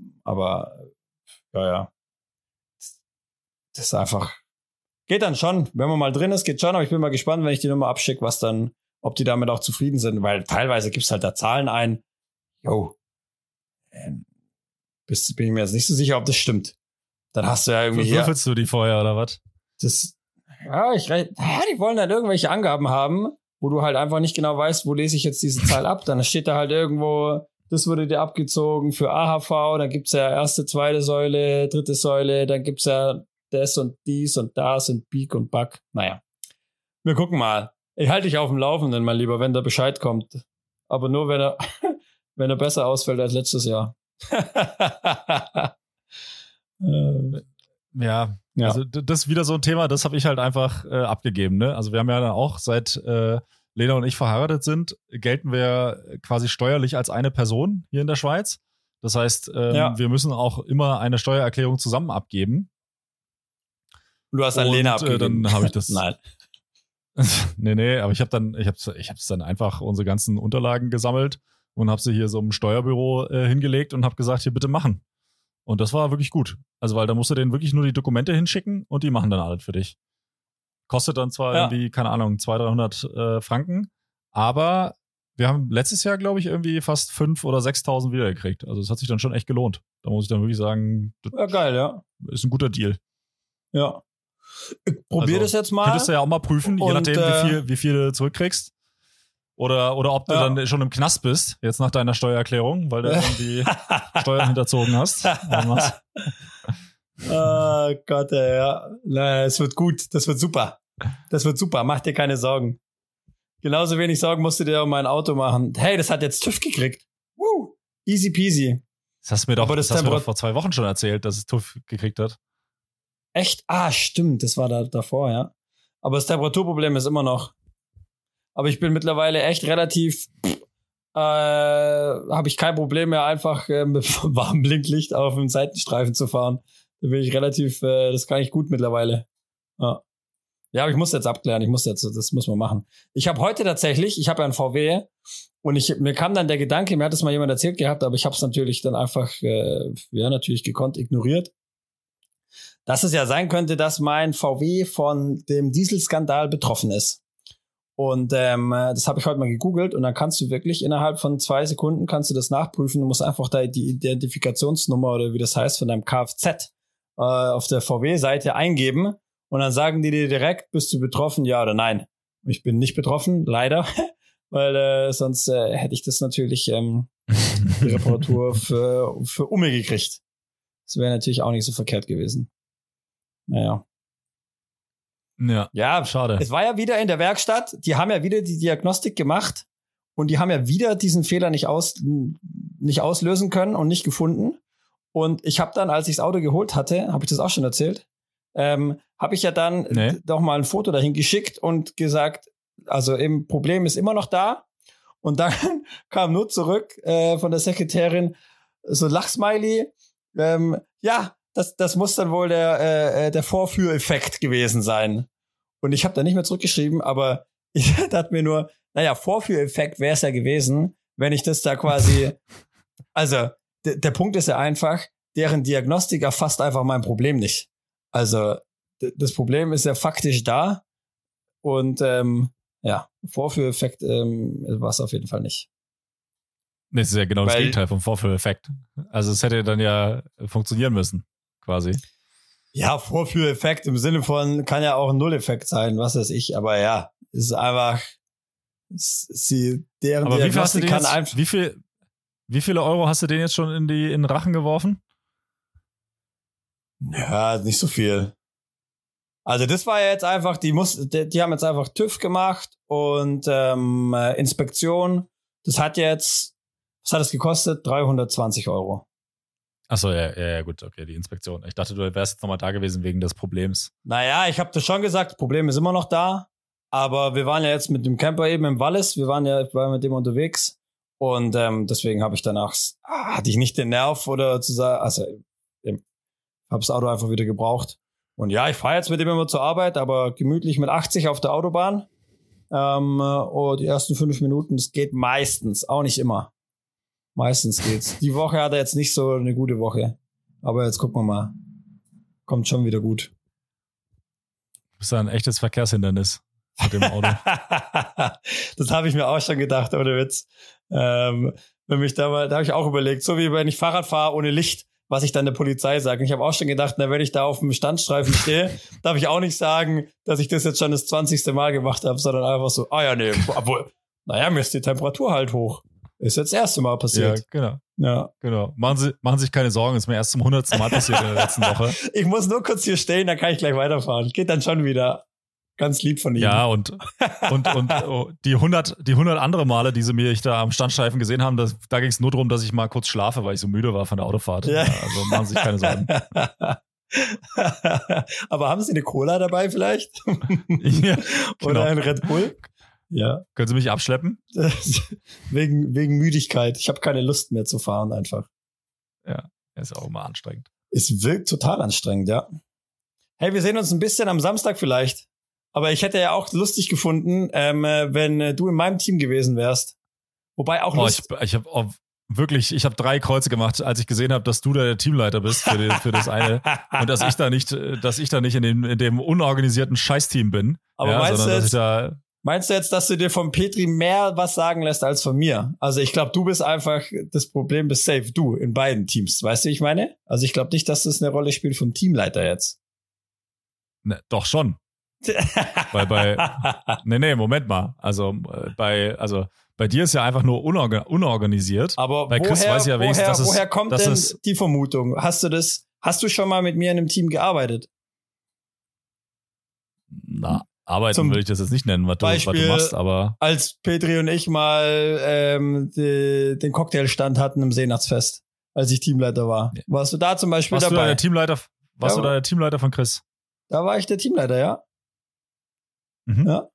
ja. Das ist einfach, geht dann schon. Wenn man mal drin ist, geht schon. Aber ich bin mal gespannt, wenn ich die Nummer abschicke, ob die damit auch zufrieden sind. Weil teilweise gibst halt da Zahlen ein. Jo. Bin ich mir jetzt nicht so sicher, ob das stimmt. Dann hast du ja irgendwie hier. Würfelst du die vorher oder was? Die wollen dann irgendwelche Angaben haben, wo du halt einfach nicht genau weißt, wo lese ich jetzt diese Zahl ab. Dann steht da halt irgendwo, das wurde dir abgezogen für AHV, dann gibt's ja erste, zweite Säule, dritte Säule, dann gibt's ja das und dies und das und Beak und Bug. Naja, wir gucken mal. Ich halte dich auf dem Laufenden, mein Lieber, wenn da Bescheid kommt. Aber nur, wenn er besser ausfällt als letztes Jahr. Ja, also das ist wieder so ein Thema, das habe ich halt einfach abgegeben. Ne? Also wir haben ja dann auch, seit Lena und ich verheiratet sind, gelten wir quasi steuerlich als eine Person hier in der Schweiz. Das heißt, wir müssen auch immer eine Steuererklärung zusammen abgeben. Du hast an Lena abgegeben. Dann habe ich das. Nein. Nee, aber ich habe dann einfach unsere ganzen Unterlagen gesammelt und habe sie hier so im Steuerbüro hingelegt und habe gesagt, hier bitte machen. Und das war wirklich gut. Also, weil da musst du denen wirklich nur die Dokumente hinschicken und die machen dann alles für dich. Kostet dann zwar irgendwie, keine Ahnung, 200, 300 Franken, aber wir haben letztes Jahr, glaube ich, irgendwie fast 5.000 oder 6.000 wiedergekriegt. Also, es hat sich dann schon echt gelohnt. Da muss ich dann wirklich sagen, das geil, ja. Ist ein guter Deal. Ja. Probier das jetzt mal. Könntest du ja auch mal prüfen, je nachdem, wie viel du zurückkriegst. Oder ob du dann schon im Knast bist, jetzt nach deiner Steuererklärung, weil du irgendwie Steuern hinterzogen hast. Oh Gott, ja. Na, es wird gut. Das wird super. Mach dir keine Sorgen. Genauso wenig Sorgen musst du dir um mein Auto machen. Hey, das hat jetzt TÜV gekriegt. Woo. Easy peasy. Das hast du mir doch vor 2 Wochen schon erzählt, dass es TÜV gekriegt hat. Echt? Ah, stimmt. Das war da davor, ja. Aber das Temperaturproblem ist immer noch. Aber ich bin mittlerweile echt relativ, habe ich kein Problem mehr, einfach mit warmem Blinklicht auf dem Seitenstreifen zu fahren. Da bin ich relativ, das kann ich gut mittlerweile. Ja, aber ich muss jetzt abklären, das muss man machen. Ich habe heute tatsächlich, ich habe ja einen VW und mir kam dann der Gedanke, mir hat das mal jemand erzählt gehabt, aber ich habe es natürlich dann einfach, natürlich gekonnt ignoriert, dass es ja sein könnte, dass mein VW von dem Dieselskandal betroffen ist. Und das habe ich heute mal gegoogelt und dann kannst du wirklich innerhalb von 2 Sekunden kannst du das nachprüfen. Du musst einfach da die Identifikationsnummer oder wie das heißt von deinem Kfz auf der VW-Seite eingeben und dann sagen die dir direkt, bist du betroffen, ja oder nein. Ich bin nicht betroffen, leider, weil sonst hätte ich das natürlich die Reparatur für Umme gekriegt. Das wäre natürlich auch nicht so verkehrt gewesen. Naja. Ja, schade. Es war ja wieder in der Werkstatt, die haben ja wieder die Diagnostik gemacht und die haben ja wieder diesen Fehler nicht auslösen können und nicht gefunden. Und ich habe dann, als ich das Auto geholt hatte, habe ich das auch schon erzählt, habe ich ja dann doch mal ein Foto dahin geschickt und gesagt, also im Problem ist immer noch da. Und dann kam nur zurück von der Sekretärin so ein Lachsmiley. Das muss dann wohl der Vorführeffekt gewesen sein. Und ich habe da nicht mehr zurückgeschrieben, aber ich dachte mir nur, Vorführeffekt wäre es ja gewesen, wenn ich das da quasi, also der Punkt ist ja einfach, deren Diagnostik erfasst einfach mein Problem nicht. Also das Problem ist ja faktisch da und Vorführeffekt war es auf jeden Fall nicht. Das ist ja genau das Weil- Gegenteil vom Vorführeffekt. Also es hätte dann ja funktionieren müssen, quasi. Ja, Vorführeffekt im Sinne von, kann ja auch ein Nulleffekt sein, was weiß ich, aber ja, es ist einfach, deren Aber wie viel hast du Diagnostik den kann jetzt, einfach, wie viele Euro hast du den jetzt schon in den Rachen geworfen? ja, nicht so viel. Also das war ja jetzt einfach, die haben jetzt einfach TÜV gemacht und Inspektion. Das hat jetzt, was hat es gekostet? 320 Euro. Achso, ja, gut, okay, die Inspektion. Ich dachte, du wärst jetzt nochmal da gewesen wegen des Problems. Naja, ich habe das schon gesagt, das Problem ist immer noch da. Aber wir waren ja jetzt mit dem Camper eben im Wallis, ich war mit dem unterwegs. Und deswegen habe ich danach, hatte ich nicht den Nerv oder zu sagen, also habe das Auto einfach wieder gebraucht. Und ja, ich fahre jetzt mit dem immer zur Arbeit, aber gemütlich mit 80 auf der Autobahn. Und die ersten 5 Minuten, das geht meistens, auch nicht immer. Meistens geht's. Die Woche hat er jetzt nicht so eine gute Woche. Aber jetzt gucken wir mal. Kommt schon wieder gut. Du bist ja ein echtes Verkehrshindernis mit dem Auto. Das habe ich mir auch schon gedacht, ohne Witz. Wenn mich da habe ich auch überlegt, so wie wenn ich Fahrrad fahre ohne Licht, was ich dann der Polizei sage. Und ich habe auch schon gedacht, wenn ich da auf dem Standstreifen stehe, darf ich auch nicht sagen, dass ich das jetzt schon das 20. Mal gemacht habe, sondern einfach so, obwohl, mir ist die Temperatur halt hoch. Ist jetzt das erste Mal passiert. Ja, genau. Ja. Genau. Machen sich keine Sorgen, ist mir erst zum 100. Mal passiert in der letzten Woche. Ich muss nur kurz hier stehen, dann kann ich gleich weiterfahren. Geht dann schon wieder. Ganz lieb von Ihnen. Ja, und die 100 andere Male, die ich da am Standstreifen gesehen haben, da ging es nur darum, dass ich mal kurz schlafe, weil ich so müde war von der Autofahrt. Ja. Also machen Sie sich keine Sorgen. Aber haben Sie eine Cola dabei vielleicht? Ja, genau. Oder ein Red Bull? Ja. Können Sie mich abschleppen? wegen Müdigkeit. Ich habe keine Lust mehr zu fahren einfach. Ja, ist auch immer anstrengend. Es wirkt total anstrengend, ja. Hey, wir sehen uns ein bisschen am Samstag vielleicht. Aber ich hätte ja auch lustig gefunden, wenn du in meinem Team gewesen wärst. Wobei auch ich habe 3 Kreuze gemacht, als ich gesehen habe, dass du der Teamleiter bist für das eine und dass ich da nicht in dem unorganisierten Scheißteam bin. Aber ja, meinst du jetzt, dass du dir von Petri mehr was sagen lässt als von mir? Also ich glaube, du bist einfach, das Problem bist safe du in beiden Teams. Weißt du, wie ich meine? Also ich glaube nicht, dass das eine Rolle spielt vom Teamleiter jetzt. Ne, doch schon. Weil Moment mal. Also bei dir ist ja einfach nur unorganisiert. Aber bei Chris weiß ich ja wenigstens, woher kommt denn die Vermutung? Hast du schon mal mit mir in einem Team gearbeitet? Na, arbeiten will ich das jetzt nicht nennen, was du machst, aber. Als Petri und ich mal den Cocktailstand hatten im Seenachtsfest, als ich Teamleiter war. Ja. Warst du da zum Beispiel dabei? Du da der Teamleiter von Chris? Da war ich der Teamleiter, ja. Mhm. Ja.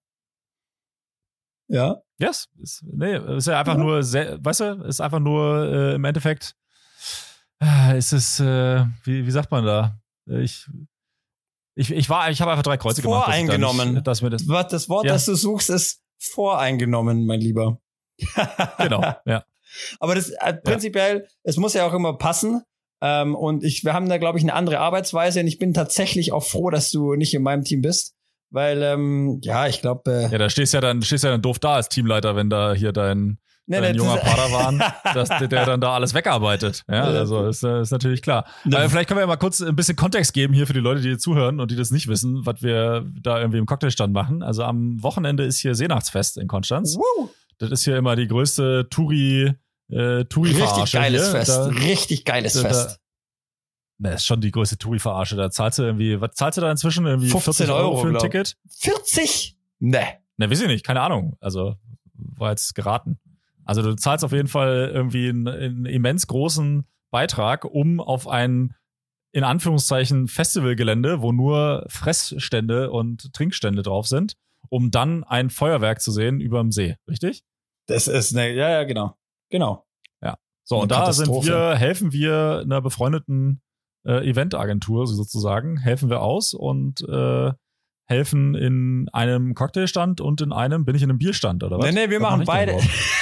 Ja. Yes. Ist ja einfach nur, weißt du, ist einfach nur im Endeffekt, ist es, wie sagt man da? Ich habe einfach 3 Kreuze gemacht. Voreingenommen. Das Wort, das du suchst, ist voreingenommen, mein Lieber. Genau, ja. Aber das prinzipiell, es muss ja auch immer passen. Und wir haben da, glaube ich, eine andere Arbeitsweise. Und ich bin tatsächlich auch froh, dass du nicht in meinem Team bist. Weil, ich glaube. Ja, da stehst ja dann doof da als Teamleiter, wenn da hier dein junger Padawan, dass der dann da alles wegarbeitet. Ja, also ist natürlich klar. Aber vielleicht können wir ja mal kurz ein bisschen Kontext geben hier für die Leute, die hier zuhören und die das nicht wissen, was wir da irgendwie im Cocktailstand machen. Also am Wochenende ist hier Seenachtsfest in Konstanz. Das ist hier immer die größte Touri-Verarsche. Richtig geiles Fest. Das ist schon die größte Touri-Verarsche. Da zahlst du irgendwie, was zahlst du da inzwischen? Irgendwie 15 Euro für ein Ticket? 40? Ne, weiß ich nicht, keine Ahnung. Also war jetzt geraten. Also du zahlst auf jeden Fall irgendwie einen immens großen Beitrag, um auf ein, in Anführungszeichen, Festivalgelände, wo nur Fressstände und Trinkstände drauf sind, um dann ein Feuerwerk zu sehen überm See, richtig? Das ist ja, genau. Genau. Ja. So, und da helfen wir einer befreundeten Eventagentur sozusagen, helfen wir aus und helfen in einem Cocktailstand und in einem, bin ich in einem Bierstand, oder was? Nee, wir machen beide.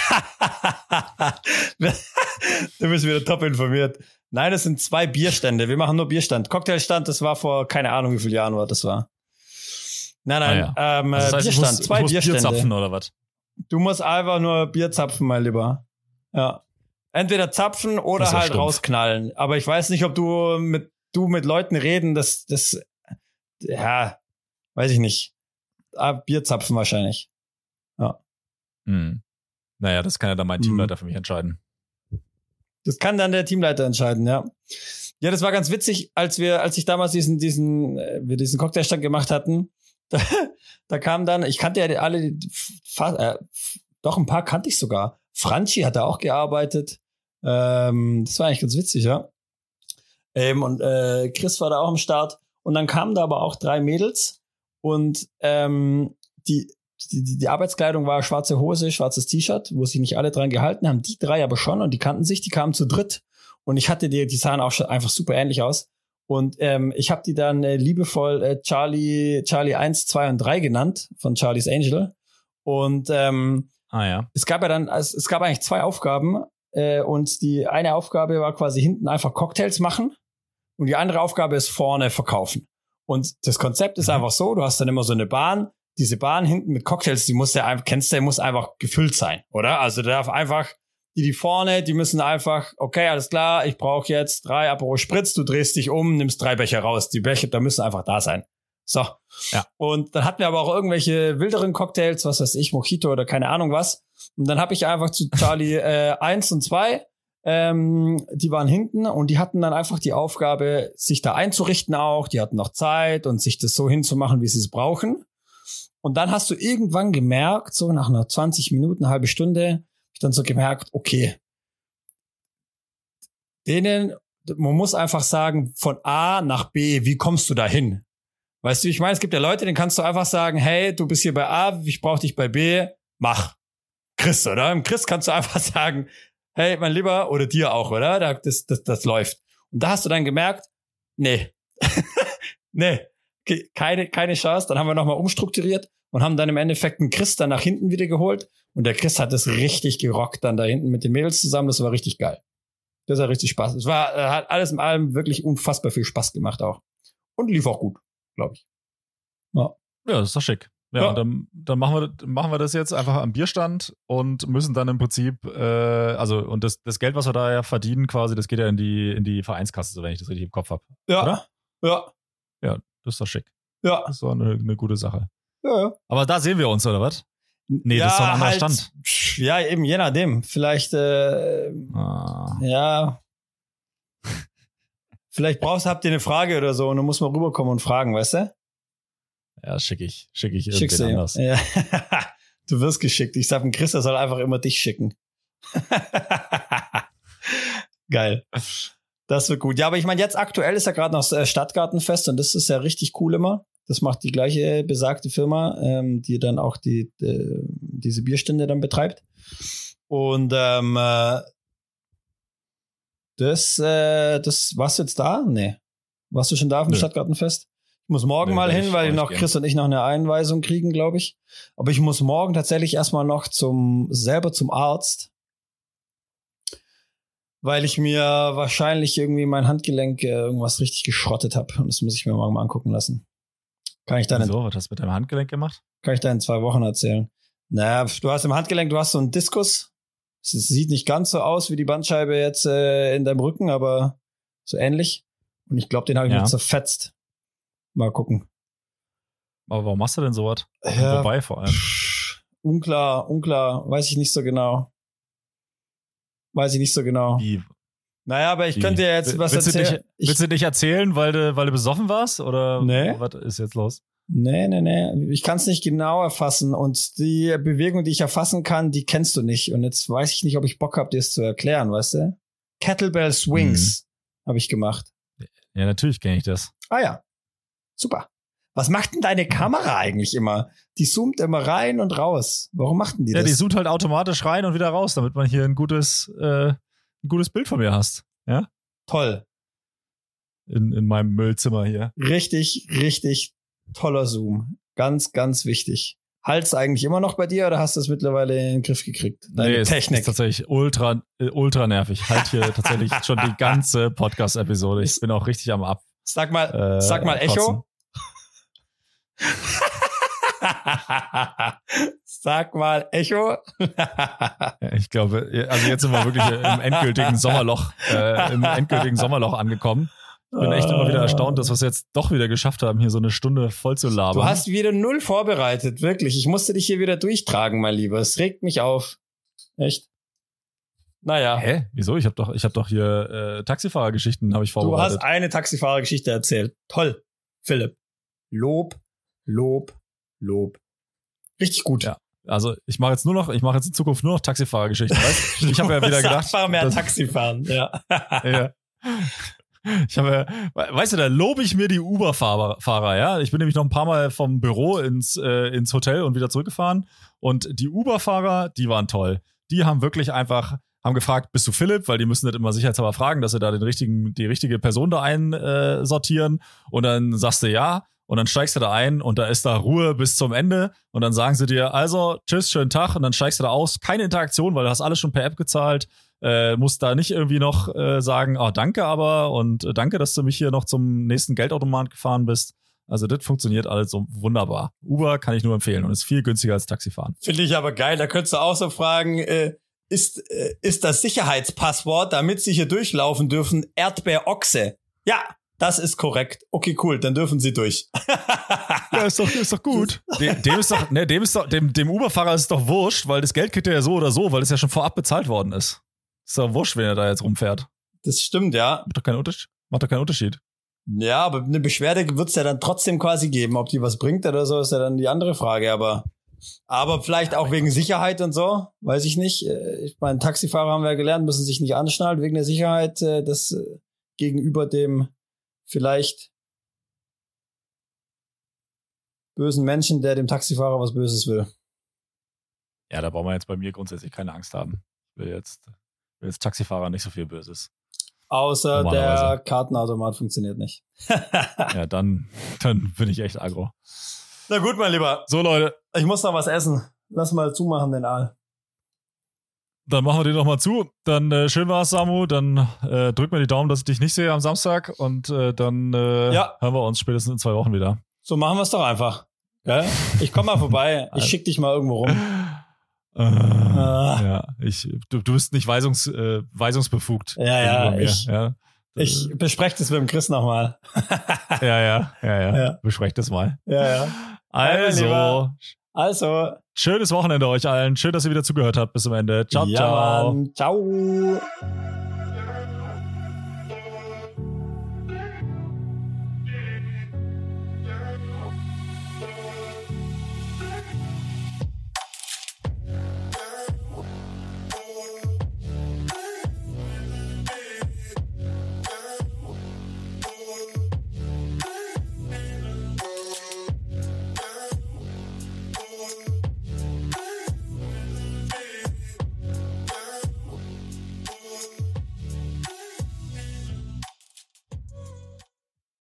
Du bist wieder top informiert. Nein, das sind 2 Bierstände. Wir machen nur Bierstand. Cocktailstand, das war vor, keine Ahnung, wie viele Jahren das war. Nein. Das heißt, Bierstand, 2 Bierstände. Bier zapfen oder was? Du musst einfach nur Bier zapfen, mein Lieber. Ja. Entweder zapfen oder Das ist ja halt stumpf. rausknallen. Aber ich weiß nicht, ob du mit Leuten reden, das, ja, weiß ich nicht. Bier zapfen wahrscheinlich. Ja. Naja, das kann ja dann mein Teamleiter für mich entscheiden. Das kann dann der Teamleiter entscheiden, ja. Ja, das war ganz witzig, als ich damals wir diesen Cocktailstand gemacht hatten. Da kam dann, ich kannte ja alle, doch ein paar kannte ich sogar. Franchi hat da auch gearbeitet. Das war eigentlich ganz witzig, ja. Und Chris war da auch am Start. Und dann kamen da aber auch 3 Mädels und die Arbeitskleidung war schwarze Hose, schwarzes T-Shirt, wo sich nicht alle dran gehalten haben. Die 3 aber schon und die kannten sich, die kamen zu dritt. Und ich hatte die sahen auch schon einfach super ähnlich aus. Und ich habe die dann liebevoll Charlie 1, 2 und 3 genannt, von Charlie's Angel. Und es gab eigentlich 2 Aufgaben. Und die eine Aufgabe war quasi hinten einfach Cocktails machen. Und die andere Aufgabe ist vorne verkaufen. Und das Konzept ist einfach so, du hast dann immer so eine Bahn. Diese Bahn hinten mit Cocktails, die muss einfach gefüllt sein, oder? Also da darf einfach, die vorne, die müssen einfach, okay, alles klar, ich brauche jetzt 3 Aperol Spritz, du drehst dich um, nimmst 3 Becher raus. Die Becher, da müssen einfach da sein. So. Ja. Und dann hatten wir aber auch irgendwelche wilderen Cocktails, was weiß ich, Mojito oder keine Ahnung was. Und dann habe ich einfach zu Charlie 1 und 2, die waren hinten und die hatten dann einfach die Aufgabe, sich da einzurichten auch. Die hatten noch Zeit und sich das so hinzumachen, wie sie es brauchen. Und dann hast du irgendwann gemerkt, so nach einer 20 Minuten, eine halbe Stunde, hab ich dann so gemerkt, okay, man muss einfach sagen, von A nach B, wie kommst du da hin? Weißt du, ich meine, es gibt ja Leute, denen kannst du einfach sagen, hey, du bist hier bei A, ich brauche dich bei B, mach. Chris, oder? Im Chris kannst du einfach sagen, hey, mein Lieber, oder dir auch, oder? Das läuft. Und da hast du dann gemerkt, nee. Nee. Keine Chance. Dann haben wir nochmal umstrukturiert und haben dann im Endeffekt einen Chris dann nach hinten wieder geholt. Und der Chris hat es richtig gerockt dann da hinten mit den Mädels zusammen. Das war richtig geil. Das hat richtig Spaß. Es hat alles in allem wirklich unfassbar viel Spaß gemacht auch. Und lief auch gut, glaube ich. Ja, das ist doch schick. Ja, und dann machen wir das jetzt einfach am Bierstand und müssen dann im Prinzip, und das Geld, was wir da ja verdienen quasi, das geht ja in die Vereinskasse, so wenn ich das richtig im Kopf habe. Ja. Oder? Ja. Ja, das ist doch schick. Ja. Das ist doch eine gute Sache. Ja. Aber da sehen wir uns, oder was? Nee, ja, das ist doch ein anderer Stand. Ja, eben, je nachdem. Vielleicht, ja. Vielleicht habt ihr eine Frage oder so und dann muss man rüberkommen und fragen, weißt du? Ja, schick ich irgendwen anders. Ja. Du wirst geschickt. Ich sag dem Chris, er soll einfach immer dich schicken. Geil. Das wird gut. Ja, aber ich meine, jetzt aktuell ist ja gerade noch Stadtgartenfest und das ist ja richtig cool immer. Das macht die gleiche besagte Firma, die dann auch diese Bierstände dann betreibt. Und das warst du jetzt da? Nee. Warst du schon da auf dem Stadtgartenfest? Ich muss morgen mal hin, weil noch Chris und ich noch eine Einweisung kriegen, glaube ich. Aber ich muss morgen tatsächlich erstmal noch zum Arzt. Weil ich mir wahrscheinlich irgendwie mein Handgelenk irgendwas richtig geschrottet habe. Und das muss ich mir morgen mal angucken lassen. Was hast du mit deinem Handgelenk gemacht? Kann ich da in 2 Wochen erzählen. Naja, du hast im Handgelenk, du hast so einen Diskus. Es sieht nicht ganz so aus wie die Bandscheibe jetzt in deinem Rücken, aber so ähnlich. Und ich glaube, den habe ich mir zerfetzt. Mal gucken. Aber warum machst du denn sowas? Ja, wobei vor allem? Unklar. Weiß ich nicht so genau. Wie? Naja, aber ich könnte ja jetzt was erzählen. Willst du nicht erzählen, weil du besoffen warst? Oder was ist jetzt los? Nee. Ich kann es nicht genau erfassen. Und die Bewegung, die ich erfassen kann, die kennst du nicht. Und jetzt weiß ich nicht, ob ich Bock habe, dir es zu erklären, weißt du? Kettlebell Swings habe ich gemacht. Ja, natürlich kenne ich das. Ah ja, super. Was macht denn deine Kamera eigentlich immer? Die zoomt immer rein und raus. Warum macht denn die das? Ja, die zoomt halt automatisch rein und wieder raus, damit man hier ein gutes Bild von mir hast. Ja? Toll. In meinem Müllzimmer hier. Richtig, richtig toller Zoom. Ganz, ganz wichtig. Halt's eigentlich immer noch bei dir oder hast du es mittlerweile in den Griff gekriegt? Deine Technik. Ist tatsächlich ultra nervig. Halt hier tatsächlich schon die ganze Podcast-Episode. Ich bin auch richtig am Sag mal Echo. Sag mal, Echo. Ja, ich glaube, also jetzt sind wir wirklich im endgültigen Sommerloch angekommen. Ich bin echt immer wieder erstaunt, dass wir es jetzt doch wieder geschafft haben, hier so eine Stunde voll zu labern. Du hast wieder null vorbereitet, wirklich. Ich musste dich hier wieder durchtragen, mein Lieber. Es regt mich auf. Echt? Naja. Hä? Wieso? Ich hab doch hier Taxifahrergeschichten habe ich vorbereitet. Du hast eine Taxifahrergeschichte erzählt. Toll, Philipp. Lob. Richtig gut. Ja. Also ich mache jetzt in Zukunft nur noch Taxifahrergeschichten. Weißt? Ich habe ja wieder gedacht, einfach mehr Taxi fahren. Ja. Ja. Weißt du, da lobe ich mir die Uber-Fahrer, ja. Ich bin nämlich noch ein paar Mal vom Büro ins Hotel und wieder zurückgefahren. Und die Uber-Fahrer, die waren toll. Die haben wirklich haben gefragt, bist du Philipp? Weil die müssen nicht immer sicherheitshalber fragen, dass sie da die richtige Person da einsortieren. Und dann sagst du ja. Und dann steigst du da ein und da ist da Ruhe bis zum Ende. Und dann sagen sie dir, also, tschüss, schönen Tag. Und dann steigst du da aus. Keine Interaktion, weil du hast alles schon per App gezahlt. Musst da nicht irgendwie noch sagen, danke aber und danke, dass du mich hier noch zum nächsten Geldautomat gefahren bist. Also das funktioniert alles so wunderbar. Uber kann ich nur empfehlen und ist viel günstiger als Taxifahren. Finde ich aber geil. Da könntest du auch so fragen, ist das Sicherheitspasswort, damit sie hier durchlaufen dürfen, Erdbeerochse? Ja, das ist korrekt. Okay, cool, dann dürfen sie durch. Ja, ist doch gut. Dem Uber-Fahrer ist es doch wurscht, weil das Geld kriegt er ja so oder so, weil es ja schon vorab bezahlt worden ist. Ist doch wurscht, wenn er da jetzt rumfährt. Das stimmt, ja. Macht doch keinen Unterschied. Ja, aber eine Beschwerde wird's ja dann trotzdem quasi geben. Ob die was bringt oder so, ist ja dann die andere Frage. Aber vielleicht auch wegen Sicherheit und so, weiß ich nicht. Ich meine, Taxifahrer haben wir ja gelernt, müssen sich nicht anschnallen wegen der Sicherheit, das gegenüber dem vielleicht bösen Menschen, der dem Taxifahrer was Böses will. Ja, da brauchen wir jetzt bei mir grundsätzlich keine Angst haben. Ich will jetzt Taxifahrer nicht so viel Böses. Außer der Kartenautomat funktioniert nicht. Ja, dann bin ich echt aggro. Na gut, mein Lieber. So, Leute. Ich muss noch was essen. Lass mal zumachen, den Aal. Dann machen wir den noch mal zu. Dann schön war's, Samu. Dann drück mir die Daumen, dass ich dich nicht sehe am Samstag. Und dann hören wir uns spätestens in 2 Wochen wieder. So machen wir es doch einfach. Gell? Ich komm mal vorbei. Ich schick dich mal irgendwo rum. Ja, du bist nicht weisungsbefugt. Ja, mir. Ich bespreche das mit dem Chris nochmal. Ja. Besprecht das mal. Ja. Also. Schönes Wochenende euch allen. Schön, dass ihr wieder zugehört habt bis zum Ende. Ciao, ciao. Mann. Ciao.